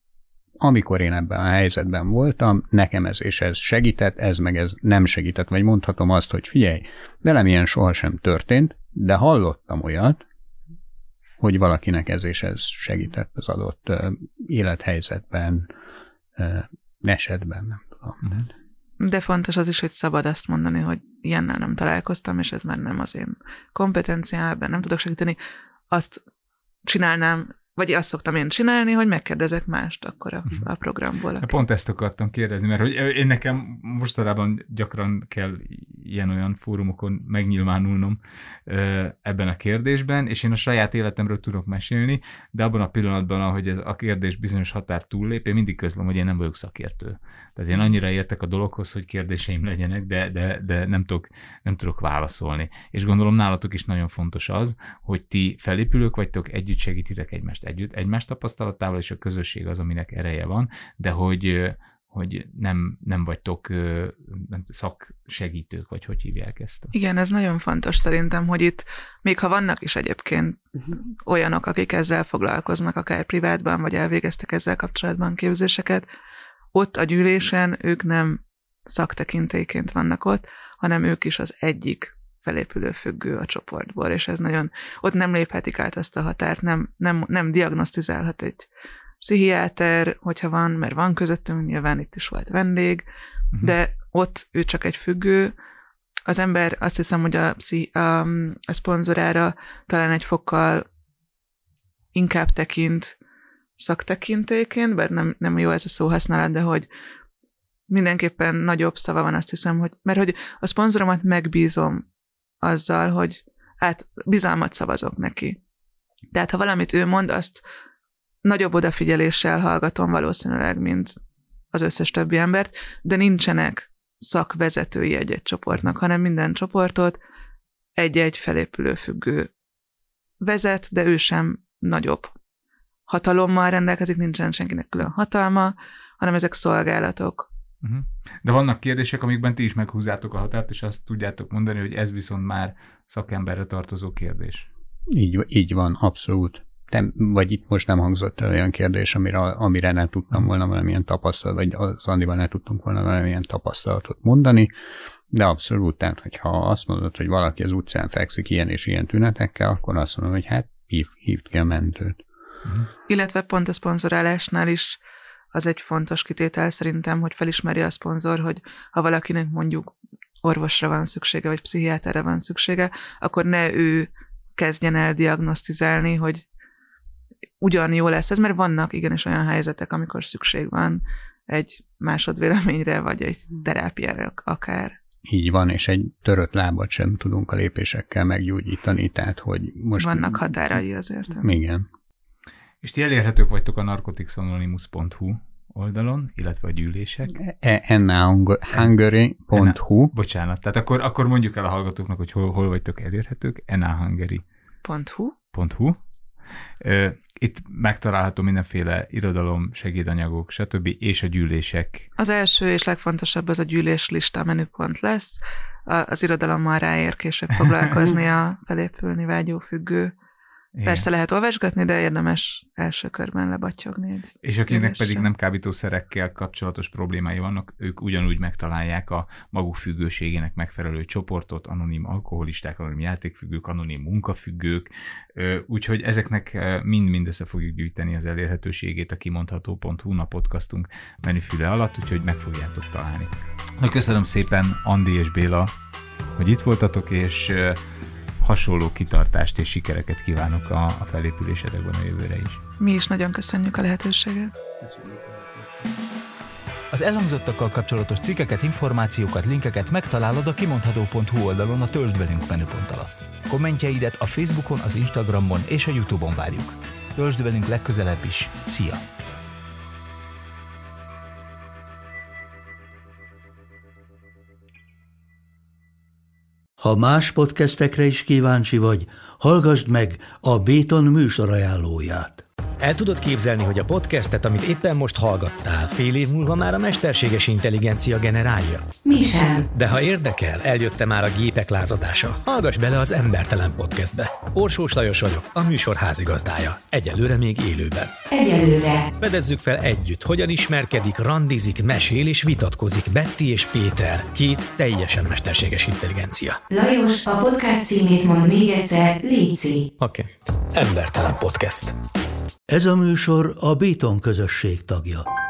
amikor én ebben a helyzetben voltam, nekem ez és ez segített, ez meg ez nem segített, vagy mondhatom azt, hogy figyelj, velem ilyen sohasem történt, de hallottam olyat, hogy valakinek ez és ez segített az adott uh, élethelyzetben, uh, esetben, nem tudom. Uh-huh. De fontos az is, hogy szabad azt mondani, hogy ilyennel nem találkoztam, és ez már nem az én kompetenciám, ebben nem tudok segíteni. Azt csinálnám, vagy azt szoktam én csinálni, hogy megkérdezek mást akkor a, a programból. Aki. Pont ezt akartam kérdezni, mert hogy én nekem mostanában gyakran kell ilyen-olyan fórumokon megnyilvánulnom ebben a kérdésben, és én a saját életemről tudok mesélni, de abban a pillanatban, ahogy ez a kérdés bizonyos határ túllép, én mindig közlöm, hogy én nem vagyok szakértő. Tehát én annyira értek a dologhoz, hogy kérdéseim legyenek, de, de, de nem, tudok, nem tudok válaszolni. És gondolom nálatok is nagyon fontos az, hogy ti felépülők vagytok, együtt segítitek egymást, együtt, egymás tapasztalatával, és a közösség az, aminek ereje van, de hogy, hogy nem, nem vagytok nem, szaksegítők, vagy hogy hívják ezt? Igen, ez nagyon fontos szerintem, hogy itt, még ha vannak is egyébként olyanok, akik ezzel foglalkoznak, akár privátban, vagy elvégeztek ezzel kapcsolatban képzéseket, ott a gyűlésen ők nem szaktekintélyként vannak ott, hanem ők is az egyik felépülő függő a csoportból, és ez nagyon, ott nem léphetik át ezt a határt, nem, nem, nem diagnosztizálhat egy pszichiáter, hogyha van, mert van közöttünk, nyilván itt is volt vendég, uh-huh. de ott ő csak egy függő. Az ember azt hiszem, hogy a, a, a szponzorára talán egy fokkal inkább tekint szaktekintélyként, bár nem, nem jó ez a szóhasználat, de hogy mindenképpen nagyobb szava van, azt hiszem, hogy, mert hogy a szponzoromat megbízom azzal, hogy hát bizalmat szavazok neki. Tehát ha valamit ő mond, azt nagyobb odafigyeléssel hallgatom valószínűleg, mint az összes többi embert, de nincsenek szakvezetői egy-egy csoportnak, hanem minden csoportot egy-egy felépülő függő vezet, de ő sem nagyobb hatalommal rendelkezik, nincsen senkinek külön hatalma, hanem ezek szolgálatok. Uh-huh. De vannak kérdések, amikben ti is meghúzátok a határt, és azt tudjátok mondani, hogy ez viszont már szakemberre tartozó kérdés. Így, így van, abszolút. Te, vagy itt most nem hangzott el olyan kérdés, amire, amire nem tudtam volna valamilyen tapasztalat, vagy az Andival ne tudtunk volna valamilyen tapasztalatot mondani, de abszolút, tehát hogyha azt mondod, hogy valaki az utcán fekszik ilyen és ilyen tünetekkel, akkor azt mondom, hogy hát hív, hívd ki a mentőt. Uh-huh. Illetve pont a szponzorálásnál is az egy fontos kitétel szerintem, hogy felismeri a szponzor, hogy ha valakinek mondjuk orvosra van szüksége, vagy pszichiáterre van szüksége, akkor ne ő kezdjen el diagnosztizálni, hogy ugyan jó lesz ez, mert vannak igenis olyan helyzetek, amikor szükség van egy másodvéleményre, vagy egy terápiára akár. Így van, és egy törött lábat sem tudunk a lépésekkel meggyógyítani, tehát hogy most... Vannak határai azért. Igen. És ti elérhetők vagytok a narcotics anonymous pont hu oldalon, illetve a gyűlések. enna hungary pont hu. Bocsánat, tehát akkor, akkor mondjuk el a hallgatóknak, hogy hol, hol vagytok elérhetők. enna hungary pont hu. Itt megtalálható mindenféle irodalom, segédanyagok, stb. És a gyűlések. Az első és legfontosabb az a gyűlés lista menüpont lesz. Az irodalommal ráér később foglalkozni a felépülni vágyó függő. Igen. Persze lehet olvasgatni, de érdemes első körben lebattyogni. És akinek pedig nem kábítószerekkel kapcsolatos problémái vannak, ők ugyanúgy megtalálják a maguk függőségének megfelelő csoportot, anonim alkoholisták, anonim játékfüggők, anonim munkafüggők, úgyhogy ezeknek mind-mind össze fogjuk gyűjteni az elérhetőségét a kimondható pont hu podcastunk menüfüle alatt, úgyhogy meg fogjátok találni. Na, köszönöm szépen, Andi és Béla, hogy itt voltatok, és hasonló kitartást és sikereket kívánok a, a felépülésedekben a jövőre is. Mi is nagyon köszönjük a lehetőséget. Az elhangzottakkal kapcsolatos cikkeket, információkat, linkeket megtalálod a kimondható pont hu oldalon a Töltsd velünk menüpont alatt. Kommentjeidet a Facebookon, az Instagramon és a YouTube-on várjuk. Töltsd velünk legközelebb is. Szia! Ha más podcastekre is kíváncsi vagy, hallgassd meg a Béton műsor ajánlóját. El tudod képzelni, hogy a podcastet, amit éppen most hallgattál, fél év múlva már a mesterséges intelligencia generálja? Mi sem. De ha érdekel, eljötte már a gépek lázadása. Hallgass bele az Embertelen Podcastbe. Orsós Lajos vagyok, a műsor házigazdája. Egyelőre még élőben. Egyelőre. Fedezzük fel együtt, hogyan ismerkedik, randizik, mesél és vitatkozik Betty és Péter, két teljesen mesterséges intelligencia. Lajos, a podcast címét mond még egyszer, léci. Oké. Okay. Embertelen Podcast. Ez a műsor a Béton közösség tagja.